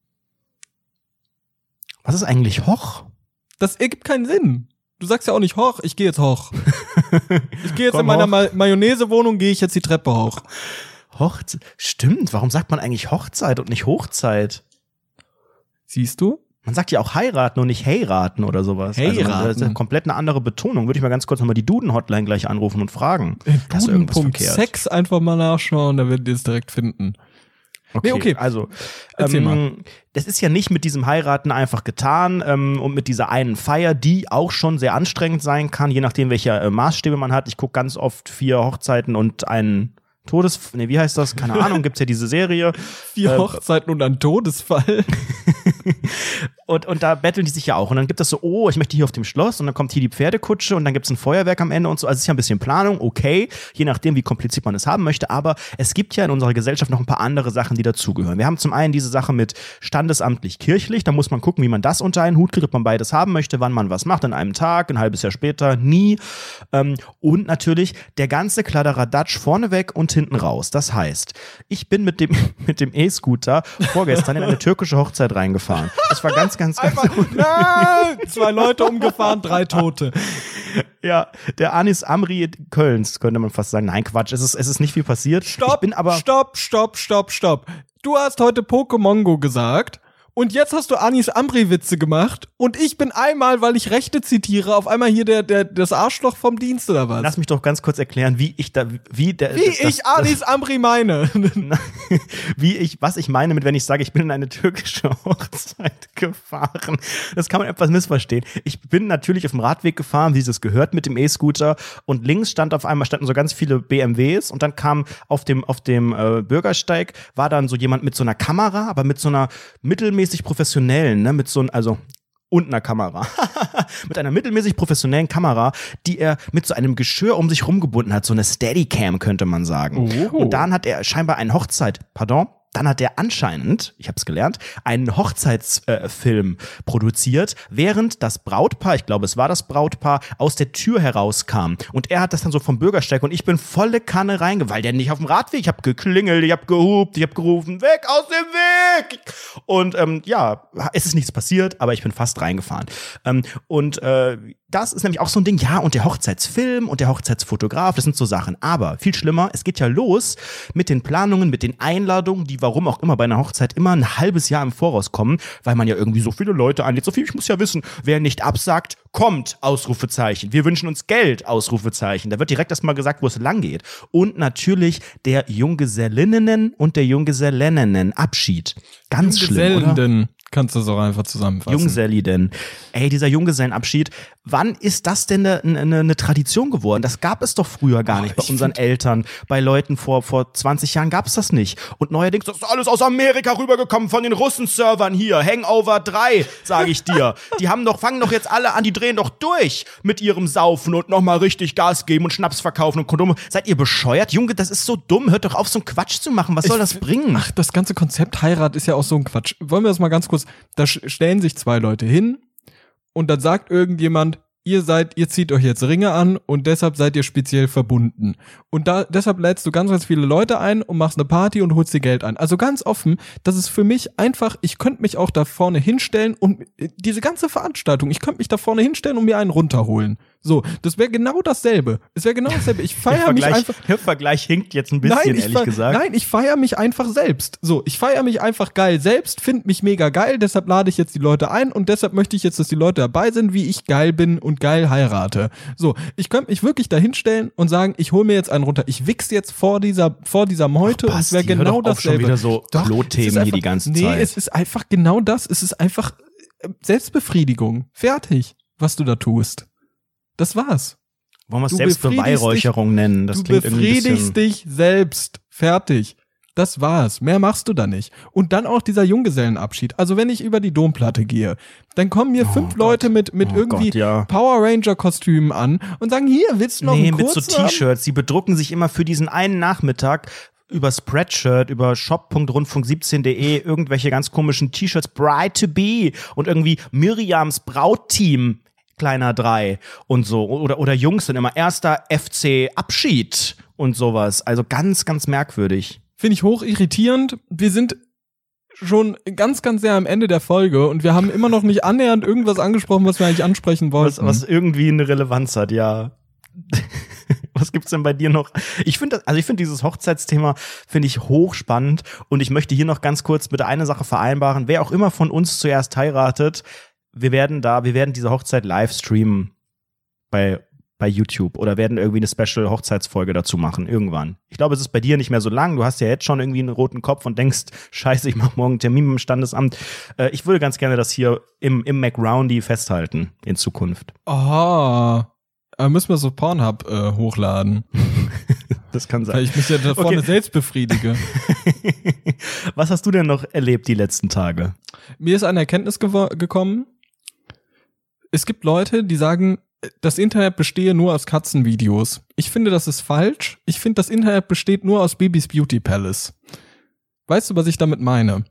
Was ist eigentlich Hoch? Das ergibt keinen Sinn. Du sagst ja auch nicht hoch, ich gehe jetzt hoch. Ich gehe jetzt in meiner Mayonnaise-Wohnung, gehe ich jetzt die Treppe hoch. Stimmt, warum sagt man eigentlich Hochzeit und nicht Hochzeit? Siehst du? Man sagt ja auch heiraten und nicht heiraten oder sowas. Heiraten. Also, das ist ja komplett eine andere Betonung. Würde ich mal ganz kurz nochmal die Duden-Hotline gleich anrufen und fragen. Hast du irgendwas verkehrt? Sex einfach mal nachschauen, da werdet ihr es direkt finden. Okay. Also, das ist ja nicht mit diesem Heiraten einfach getan und mit dieser einen Feier, die auch schon sehr anstrengend sein kann, je nachdem, welche Maßstäbe man hat. Ich gucke ganz oft 4 Hochzeiten und einen wie heißt das? Keine Ahnung, gibt's ja diese Serie. 4 Hochzeiten und ein Todesfall. Und da betteln die sich ja auch. Und dann gibt es so, ich möchte hier auf dem Schloss und dann kommt hier die Pferdekutsche und dann gibt's ein Feuerwerk am Ende und so. Also es ist ja ein bisschen Planung, okay, je nachdem, wie kompliziert man es haben möchte. Aber es gibt ja in unserer Gesellschaft noch ein paar andere Sachen, die dazugehören. Wir haben zum einen diese Sache mit standesamtlich-kirchlich. Da muss man gucken, wie man das unter einen Hut kriegt, ob man beides haben möchte, wann man was macht, an einem Tag, ein halbes Jahr später, nie. Und natürlich der ganze Kladderadatsch vorneweg und hinten raus. Das heißt, ich bin mit dem E-Scooter vorgestern in eine türkische Hochzeit reingefahren. Das war ganz nein, 2 Leute umgefahren, 3 Tote. Ja, der Anis Amri Kölns, könnte man fast sagen. Nein, Quatsch, es ist nicht viel passiert. Stopp. Du hast heute Pokémon Go gesagt. Und jetzt hast du Anis Amri-Witze gemacht und ich bin einmal, weil ich Rechte zitiere, auf einmal hier das Arschloch vom Dienst oder was? Lass mich doch ganz kurz erklären, wie ich Anis Amri meine. Was ich meine mit, wenn ich sage, ich bin in eine türkische Hochzeit gefahren. Das kann man etwas missverstehen. Ich bin natürlich auf dem Radweg gefahren, wie es gehört mit dem E-Scooter und links standen so ganz viele BMWs und dann kam auf dem Bürgersteig war dann so jemand mit so einer Kamera, aber mit so einer mittelmäßig professionellen, ne, und einer Kamera. Mit einer mittelmäßig professionellen Kamera, die er mit so einem Geschirr um sich rumgebunden hat, so eine Steadicam, könnte man sagen. Und dann hat er scheinbar eine Dann hat er anscheinend, ich habe es gelernt, einen Hochzeitsfilm produziert, während das Brautpaar, ich glaube, es war das Brautpaar, aus der Tür herauskam. Und er hat das dann so vom Bürgersteig und ich bin volle Kanne weil der nicht auf dem Radweg, ich habe geklingelt, ich habe gehupt, ich habe gerufen, weg aus dem Weg! Und es ist nichts passiert, aber ich bin fast reingefahren. Das ist nämlich auch so ein Ding, ja, und der Hochzeitsfilm und der Hochzeitsfotograf, das sind so Sachen. Aber viel schlimmer, es geht ja los mit den Planungen, mit den Einladungen, die warum auch immer bei einer Hochzeit immer ein halbes Jahr im Voraus kommen, weil man ja irgendwie so viele Leute einlädt. So viel, ich muss ja wissen, wer nicht absagt, kommt, Ausrufezeichen. Wir wünschen uns Geld, Ausrufezeichen. Da wird direkt erstmal gesagt, wo es lang geht. Und natürlich der Junggesellinnen und der Junggesellinnen Abschied. Ganz schlimm, oder? Kannst du so einfach zusammenfassen. Junggeselliden. Ey, dieser Junggesellenabschied. Wann ist das denn eine Tradition geworden? Das gab es doch früher gar nicht bei unseren Eltern. Bei Leuten vor 20 Jahren gab es das nicht. Und neuerdings, das ist alles aus Amerika rübergekommen von den Russen-Servern hier. Hangover 3, sage ich dir. Die fangen doch jetzt alle an, die drehen doch durch mit ihrem Saufen und nochmal richtig Gas geben und Schnaps verkaufen und Kondome. Seid ihr bescheuert? Junge, das ist so dumm. Hört doch auf, so einen Quatsch zu machen. Was soll das bringen? Ach, das ganze Konzept Heirat ist ja auch so ein Quatsch. Wollen wir das mal ganz kurz, da stellen sich zwei Leute hin und dann sagt irgendjemand, ihr zieht euch jetzt Ringe an und deshalb seid ihr speziell verbunden. Und deshalb lädst du ganz, ganz viele Leute ein und machst eine Party und holst dir Geld ein. Also ganz offen, das ist für mich einfach, ich könnte mich auch da vorne hinstellen und diese ganze Veranstaltung, ich könnte mich da vorne hinstellen und mir einen runterholen. So, das wäre genau dasselbe. Es wäre genau dasselbe. Ich feiere mich einfach. Der Vergleich hinkt jetzt ein bisschen, ehrlich gesagt. Nein, ich feiere mich einfach selbst. So, ich feiere mich einfach geil selbst, finde mich mega geil, deshalb lade ich jetzt die Leute ein und deshalb möchte ich jetzt, dass die Leute dabei sind, wie ich geil bin und geil heirate. So, ich könnte mich wirklich da hinstellen und sagen, ich hole mir jetzt einen runter. Ich wichse jetzt vor dieser Meute und es wäre genau dasselbe. Schon wieder so Klotthemen hier die ganze Zeit. Nee, es ist einfach genau das. Es ist einfach Selbstbefriedigung. Fertig, was du da tust. Das war's. Wollen wir es Selbstbeweihräucherung nennen? Das klingt irgendwie ein bisschen... Du befriedigst dich selbst. Fertig. Das war's. Mehr machst du da nicht. Und dann auch dieser Junggesellenabschied. Also wenn ich über die Domplatte gehe, dann kommen mir 5 Leute mit irgendwie Power Ranger Kostümen an und sagen, hier, willst du noch einen kurzen mit so T-Shirts. Die bedrucken sich immer für diesen einen Nachmittag über Spreadshirt, über shop.rundfunk17.de irgendwelche ganz komischen T-Shirts, Bride to be und irgendwie Miriams Brautteam kleiner 3 und so. Oder Jungs sind immer erster FC Abschied und sowas. Also ganz, ganz merkwürdig. Finde ich hoch irritierend. Wir sind schon ganz, ganz sehr am Ende der Folge und wir haben immer noch nicht annähernd irgendwas angesprochen, was wir eigentlich ansprechen wollten. Was irgendwie eine Relevanz hat, ja. Was gibt's denn bei dir noch? Ich finde dieses Hochzeitsthema finde ich hochspannend und ich möchte hier noch ganz kurz bitte eine Sache vereinbaren. Wer auch immer von uns zuerst heiratet, wir werden diese Hochzeit live streamen bei YouTube oder werden irgendwie eine Special-Hochzeitsfolge dazu machen, irgendwann. Ich glaube, es ist bei dir nicht mehr so lang. Du hast ja jetzt schon irgendwie einen roten Kopf und denkst, scheiße, ich mache morgen einen Termin mit dem Standesamt. Ich würde ganz gerne das hier im MacRoundy festhalten in Zukunft. Aha. Müssen wir so Pornhub hochladen. Das kann sein. Weil ich mich ja da vorne selbst befriedige. Was hast du denn noch erlebt die letzten Tage? Mir ist eine Erkenntnis gekommen. Es gibt Leute, die sagen, das Internet bestehe nur aus Katzenvideos. Ich finde, das ist falsch. Ich finde, das Internet besteht nur aus Bibis Beauty Palace. Weißt du, was ich damit meine?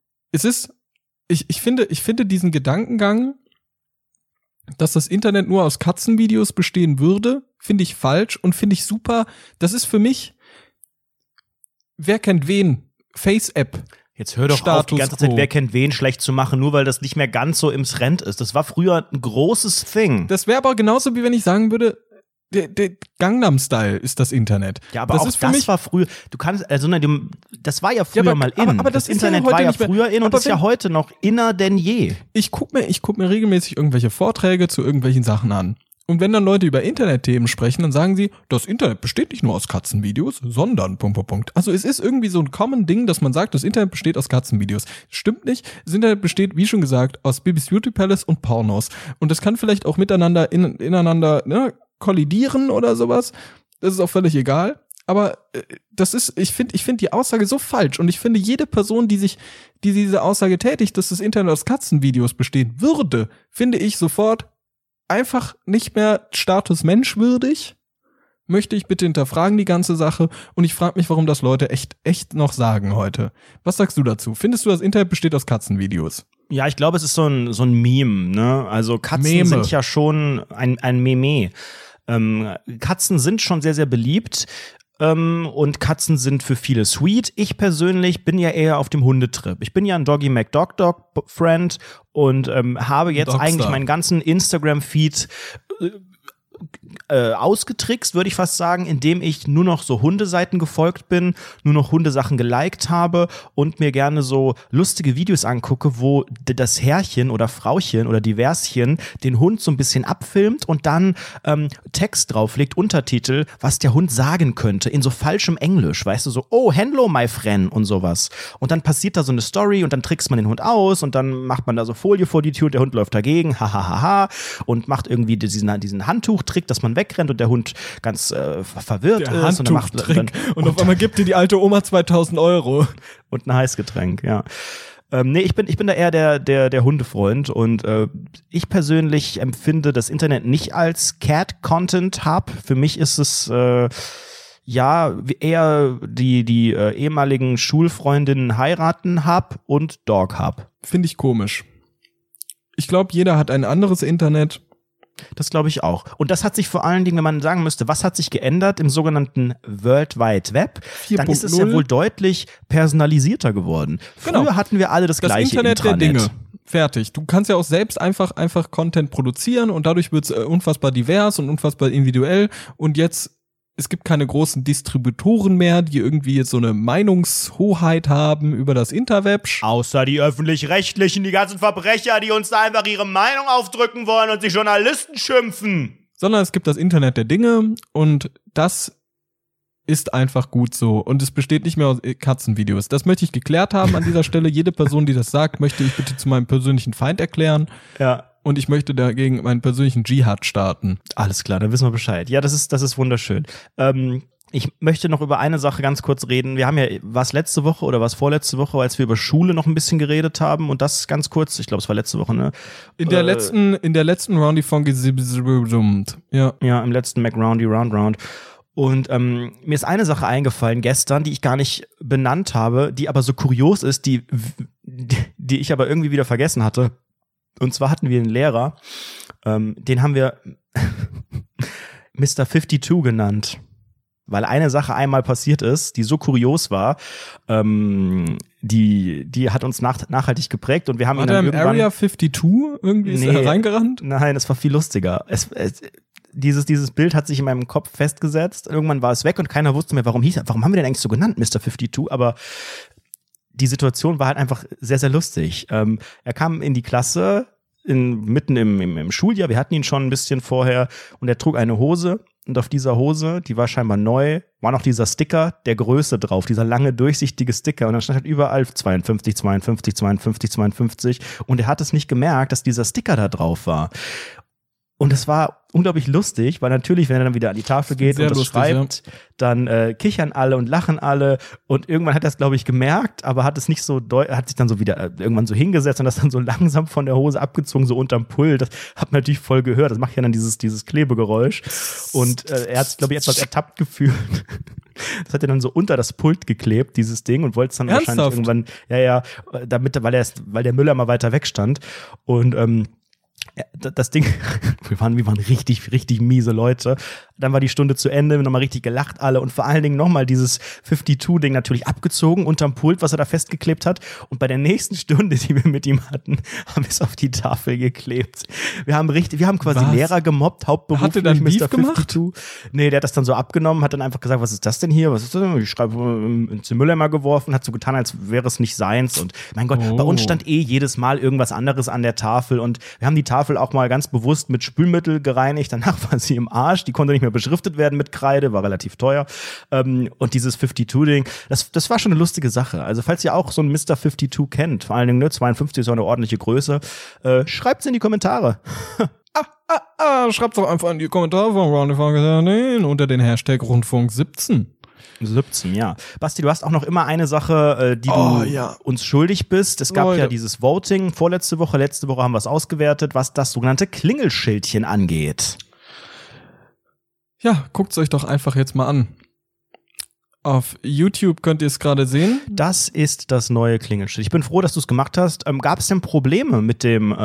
Ich finde diesen Gedankengang, dass das Internet nur aus Katzenvideos bestehen würde, finde ich falsch und finde ich super. Das ist für mich, wer kennt wen? Face-App. Jetzt hör doch Status auf, die ganze Zeit, wer kennt wen schlecht zu machen, nur weil das nicht mehr ganz so im Trend ist. Das war früher ein großes Thing. Das wäre aber genauso, wie wenn ich sagen würde, der Gangnam-Style ist das Internet. Ja, aber das auch das war früher, das war ja früher mal in. Aber das Internet war ja früher in und ist ja heute noch inner denn je. Ich guck mir regelmäßig irgendwelche Vorträge zu irgendwelchen Sachen an. Und wenn dann Leute über Internetthemen sprechen, dann sagen sie, das Internet besteht nicht nur aus Katzenvideos, sondern ... Also es ist irgendwie so ein common Ding, dass man sagt, das Internet besteht aus Katzenvideos. Stimmt nicht. Das Internet besteht, wie schon gesagt, aus Bibis Beauty Palace und Pornos. Und das kann vielleicht auch miteinander ineinander kollidieren oder sowas. Das ist auch völlig egal. Aber ich finde die Aussage so falsch. Und ich finde, jede Person, die diese Aussage tätigt, dass das Internet aus Katzenvideos bestehen würde, finde ich sofort einfach nicht mehr Status menschwürdig, möchte ich bitte hinterfragen die ganze Sache und ich frage mich, warum das Leute echt noch sagen heute. Was sagst du dazu? Findest du, das Internet besteht aus Katzenvideos? Ja, ich glaube, es ist so ein Meme, ne? Also Katzen sind ja schon ein Meme. Katzen sind schon sehr, sehr beliebt. Und Katzen sind für viele sweet. Ich persönlich bin ja eher auf dem Hundetrip. Ich bin ja ein Doggy McDog-Friend und habe jetzt Dogstar. eigentlich meinen ganzen Instagram-Feed ausgetrickst, würde ich fast sagen, indem ich nur noch so Hundeseiten gefolgt bin, nur noch Hundesachen geliked habe und mir gerne so lustige Videos angucke, wo das Herrchen oder Frauchen oder Diverschen den Hund so ein bisschen abfilmt und dann Text drauflegt, Untertitel, was der Hund sagen könnte, in so falschem Englisch, weißt du, so, oh, hello, my friend und sowas. Und dann passiert da so eine Story und dann trickst man den Hund aus und dann macht man da so Folie vor die Tür und der Hund läuft dagegen, hahaha, und macht irgendwie diesen Handtuchtrick, dass man wegrennt und der Hund ganz verwirrt Der ist. Handtuchtrick. Und auf einmal gibt dir die alte Oma 2.000 € und ein Heißgetränk, ja. Nee, ich bin da eher der Hundefreund und ich persönlich empfinde das Internet nicht als Cat-Content-Hub. Für mich ist es ja eher die ehemaligen Schulfreundinnen heiraten-Hub und Dog-Hub. Finde ich komisch. Ich glaube, jeder hat ein anderes Internet. Das glaube ich auch. Und das hat sich vor allen Dingen, wenn man sagen müsste, was hat sich geändert im sogenannten World Wide Web, 4.0. dann ist es ja wohl deutlich personalisierter geworden. Früher hatten wir alle das gleiche Internet Intranet. der Dinge. Fertig. Du kannst ja auch selbst einfach Content produzieren und dadurch wird es unfassbar divers und unfassbar individuell und jetzt es gibt keine großen Distributoren mehr, die irgendwie jetzt so eine Meinungshoheit haben über das Interweb. Außer die Öffentlich-Rechtlichen, die ganzen Verbrecher, die uns da einfach ihre Meinung aufdrücken wollen und sich Journalisten schimpfen. Sondern es gibt das Internet der Dinge und das ist einfach gut so. Und es besteht nicht mehr aus Katzenvideos. Das möchte ich geklärt haben an dieser Stelle. Jede Person, die das sagt, möchte ich bitte zu meinem persönlichen Feind erklären. Ja. Und ich möchte dagegen meinen persönlichen Dschihad starten. Alles klar, dann wissen wir Bescheid. Ja, das ist wunderschön. Ich möchte noch über eine Sache ganz kurz reden. Wir haben ja, was letzte Woche oder was vorletzte Woche, als wir über Schule noch ein bisschen geredet haben und das ganz kurz, ich glaube, es war letzte Woche, ne? In der letzten Roundy von Ja, im letzten McRoundy Round. Und mir ist eine Sache eingefallen gestern, die ich gar nicht benannt habe, die aber so kurios ist, die ich aber irgendwie wieder vergessen hatte. Und zwar hatten wir einen Lehrer, den haben wir Mr. 52 genannt. Weil eine Sache einmal passiert ist, die so kurios war, die hat uns nachhaltig geprägt und wir haben ihn dann irgendwann... Area 52 irgendwie ist er reingerannt? Nein, es war viel lustiger. Dieses Bild hat sich in meinem Kopf festgesetzt. Irgendwann war es weg und keiner wusste mehr, warum haben wir den eigentlich so genannt, Mr. 52? Aber die Situation war halt einfach sehr, sehr lustig. Er kam in die Klasse mitten im Schuljahr. Wir hatten ihn schon ein bisschen vorher und er trug eine Hose. Und auf dieser Hose, die war scheinbar neu, war noch dieser Sticker der Größe drauf, dieser lange, durchsichtige Sticker. Und dann stand halt überall 52, 52, 52, 52. Und er hat es nicht gemerkt, dass dieser Sticker da drauf war. Und es war unglaublich lustig, weil natürlich, wenn er dann wieder an die Tafel geht und das lustig, schreibt, dann kichern alle und lachen alle. Und irgendwann hat er es, glaube ich, gemerkt, aber hat es nicht so hat sich dann so wieder irgendwann so hingesetzt und das dann so langsam von der Hose abgezogen, so unterm Pult. Das hat man natürlich voll gehört. Das macht ja dann dieses Klebegeräusch. Und er hat es, glaube ich, etwas ertappt gefühlt. Das hat er dann so unter das Pult geklebt, dieses Ding, und wollte es dann Ernsthaft? wahrscheinlich irgendwann, weil der Müller mal weiter weg stand. Und das Ding, wir waren richtig, richtig miese Leute. Dann war die Stunde zu Ende, nochmal richtig gelacht alle und vor allen Dingen nochmal dieses 52-Ding natürlich abgezogen unterm Pult, was er da festgeklebt hat. Und bei der nächsten Stunde, die wir mit ihm hatten, haben wir es auf die Tafel geklebt. Wir haben quasi Lehrer gemobbt, hauptberuflich. Hat er dann Beef Mr. 52. gemacht? Nee, der hat das dann so abgenommen, hat dann einfach gesagt, was ist das denn hier? Was ist das denn? Ich schreibe ins Mülleimer geworfen, hat so getan, als wäre es nicht seins. Und mein Gott, bei uns stand jedes Mal irgendwas anderes an der Tafel und wir haben die Tafel auch mal ganz bewusst mit Spülmittel gereinigt. Danach war sie im Arsch, die konnte nicht mehr beschriftet werden mit Kreide, war relativ teuer. Und dieses 52-Ding, das war schon eine lustige Sache. Also falls ihr auch so ein Mr. 52 kennt, vor allen Dingen, ne, 52 ist auch eine ordentliche Größe, schreibt's in die Kommentare. Schreibt doch einfach in die Kommentare von Roundy unter den Hashtag Rundfunk 17. 17, ja. Basti, du hast auch noch immer eine Sache, die du uns schuldig bist. Es gab ja dieses Voting letzte Woche haben wir es ausgewertet, was das sogenannte Klingelschildchen angeht. Ja, guckt's euch doch einfach jetzt mal an. Auf YouTube könnt ihr es gerade sehen. Das ist das neue Klingelschild. Ich bin froh, dass du es gemacht hast. Gab es denn Probleme mit dem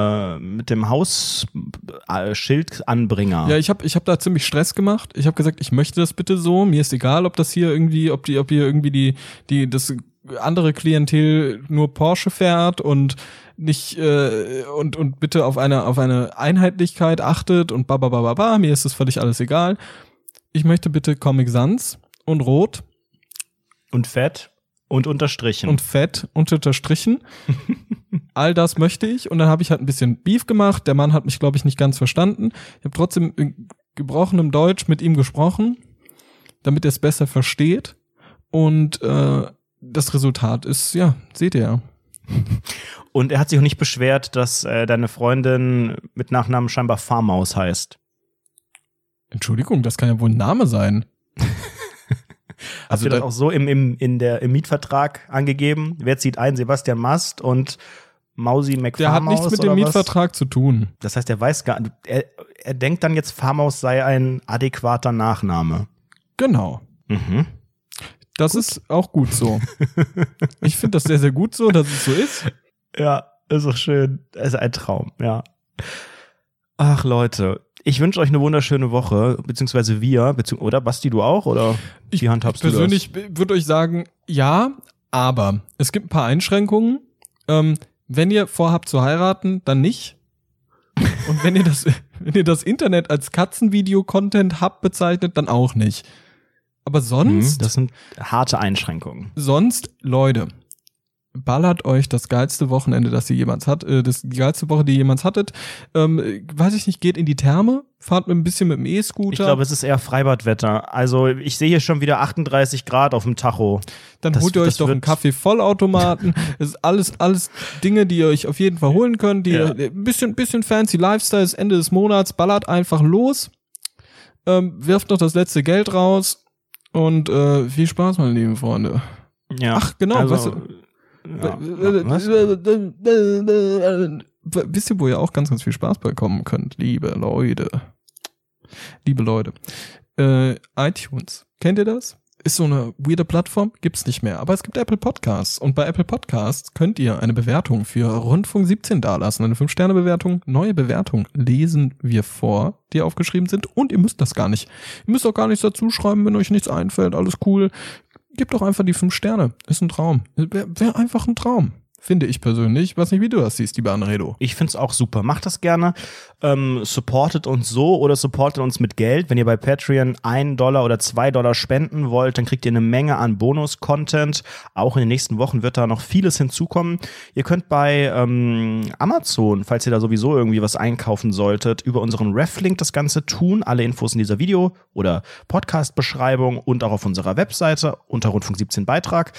Hausschildanbringer? Ja, ich hab da ziemlich Stress gemacht. Ich habe gesagt, ich möchte das bitte so. Mir ist egal, ob das hier irgendwie, ob ihr irgendwie das andere Klientel nur Porsche fährt und nicht und bitte auf eine Einheitlichkeit achtet und bababababa. Mir ist das völlig alles egal. Ich möchte bitte Comic Sans und Rot. Und fett und unterstrichen. Und fett und unterstrichen. All das möchte ich. Und dann habe ich halt ein bisschen Beef gemacht. Der Mann hat mich, glaube ich, nicht ganz verstanden. Ich habe trotzdem in gebrochenem Deutsch mit ihm gesprochen, damit er es besser versteht. Und das Resultat ist, ja, seht ihr ja. Und er hat sich auch nicht beschwert, dass deine Freundin mit Nachnamen scheinbar Farmaus heißt. Entschuldigung, das kann ja wohl ein Name sein. Hast du das auch so im Mietvertrag angegeben? Wer zieht ein? Sebastian Mast und Mausi McFarmaus? Der hat nichts mit dem Mietvertrag zu tun. Das heißt, er weiß gar nicht, er denkt dann jetzt, Farmaus sei ein adäquater Nachname. Genau. Mhm. Das ist auch gut so. Ich finde das sehr, sehr gut so, dass es so ist. Ja, ist doch schön. Das ist ein Traum, ja. Ach, Leute. Ich wünsche euch eine wunderschöne Woche, beziehungsweise oder Basti, du auch? Oder wie handhabst du das? Ich persönlich würde euch sagen, ja, aber es gibt ein paar Einschränkungen. Wenn ihr vorhabt zu heiraten, dann nicht. Und wenn ihr das Internet als Katzenvideo-Content habt bezeichnet, dann auch nicht. Aber sonst. Das sind harte Einschränkungen. Sonst, Leute, ballert euch das geilste Wochenende, das ihr jemals die geilste Woche, die ihr jemals hattet. Weiß ich nicht, geht in die Therme, fahrt ein bisschen mit dem E-Scooter. Ich glaube, es ist eher Freibadwetter. Also ich sehe hier schon wieder 38 Grad auf dem Tacho. Dann holt ihr euch doch einen Kaffee-Vollautomaten. Das ist alles Dinge, die ihr euch auf jeden Fall holen könnt. Ein bisschen fancy Lifestyle, das Ende des Monats, ballert einfach los. Wirft noch das letzte Geld raus. Und viel Spaß, meine lieben Freunde. Ja. Ach, genau, also, weißt du. Ja, Wisst ihr, wo ihr auch ganz, ganz viel Spaß bekommen könnt, liebe Leute? iTunes. Kennt ihr das? Ist so eine weirde Plattform, gibt's nicht mehr. Aber es gibt Apple Podcasts. Und bei Apple Podcasts könnt ihr eine Bewertung für Rundfunk 17 dalassen. Eine 5-Sterne-Bewertung, neue Bewertung lesen wir vor, die aufgeschrieben sind. Und ihr müsst das gar nicht. Ihr müsst auch gar nichts dazu schreiben, wenn euch nichts einfällt. Alles cool. Gebt doch einfach die 5 Sterne. Ist ein Traum. Wäre einfach ein Traum. Finde ich persönlich. Weiß nicht, wie du das siehst, lieber Anredo. Ich find's auch super. Macht das gerne. Supportet uns so oder supportet uns mit Geld. Wenn ihr bei Patreon $1 oder $2 spenden wollt, dann kriegt ihr eine Menge an Bonus-Content. Auch in den nächsten Wochen wird da noch vieles hinzukommen. Ihr könnt bei Amazon, falls ihr da sowieso irgendwie was einkaufen solltet, über unseren Ref-Link das Ganze tun. Alle Infos in dieser Video- oder Podcast-Beschreibung und auch auf unserer Webseite unter Rundfunk 17 Beitrag.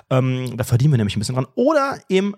Da verdienen wir nämlich ein bisschen dran. Oder im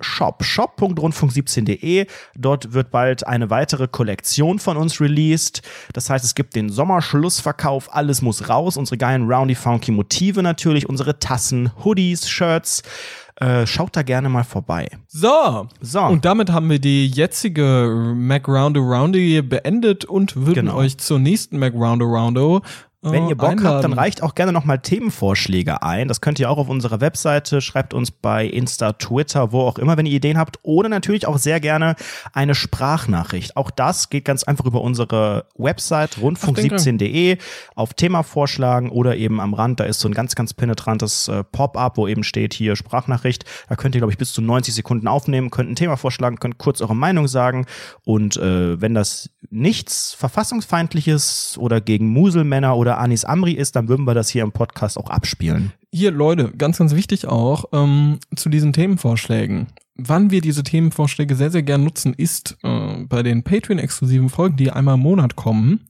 shop.rundfunk17.de. Dort wird bald eine weitere Kollektion von uns released. Das heißt, es gibt den Sommerschlussverkauf. Alles muss raus. Unsere geilen Roundy Funky Motive natürlich. Unsere Tassen, Hoodies, Shirts. Schaut da gerne mal vorbei. So. Und damit haben wir die jetzige MacRoundo beendet und würden euch zur nächsten MacRoundo wenn ihr Bock einladen. habt, dann reicht auch gerne nochmal Themenvorschläge ein. Das könnt ihr auch auf unserer Webseite, schreibt uns bei Insta, Twitter, wo auch immer, wenn ihr Ideen habt. Oder natürlich auch sehr gerne eine Sprachnachricht. Auch das geht ganz einfach über unsere Website rundfunk17.de auf Thema vorschlagen oder eben am Rand, da ist so ein ganz, ganz penetrantes Pop-up, wo eben steht hier Sprachnachricht. Da könnt ihr, glaube ich, bis zu 90 Sekunden aufnehmen, könnt ein Thema vorschlagen, könnt kurz eure Meinung sagen. Und wenn das nichts Verfassungsfeindliches oder gegen Muselmänner oder Anis Amri ist, dann würden wir das hier im Podcast auch abspielen. Hier, Leute, ganz, ganz wichtig auch zu diesen Themenvorschlägen. Wann wir diese Themenvorschläge sehr, sehr gern nutzen, ist bei den Patreon-exklusiven Folgen, die einmal im Monat kommen.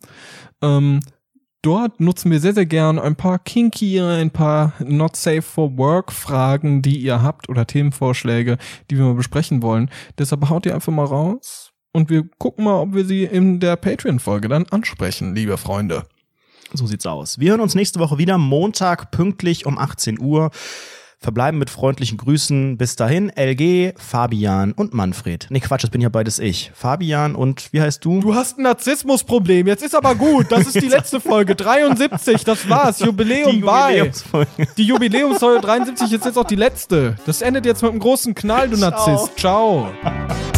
Dort nutzen wir sehr, sehr gern ein paar kinky, ein paar not safe for work Fragen, die ihr habt oder Themenvorschläge, die wir mal besprechen wollen. Deshalb haut ihr einfach mal raus und wir gucken mal, ob wir sie in der Patreon-Folge dann ansprechen, liebe Freunde. So sieht's aus. Wir hören uns nächste Woche wieder, Montag pünktlich um 18 Uhr. verbleiben mit freundlichen Grüßen. Bis dahin, LG, Fabian und Manfred. Nee, Quatsch, das bin ja beides ich. Fabian und, wie heißt du? Du hast ein Narzissmusproblem. Jetzt ist aber gut. Das ist die letzte Folge. 73, das war's. Jubiläum bei. Die Jubiläumsfolge 73 ist jetzt auch die letzte. Das endet jetzt mit einem großen Knall, du Narzisst. Ciao.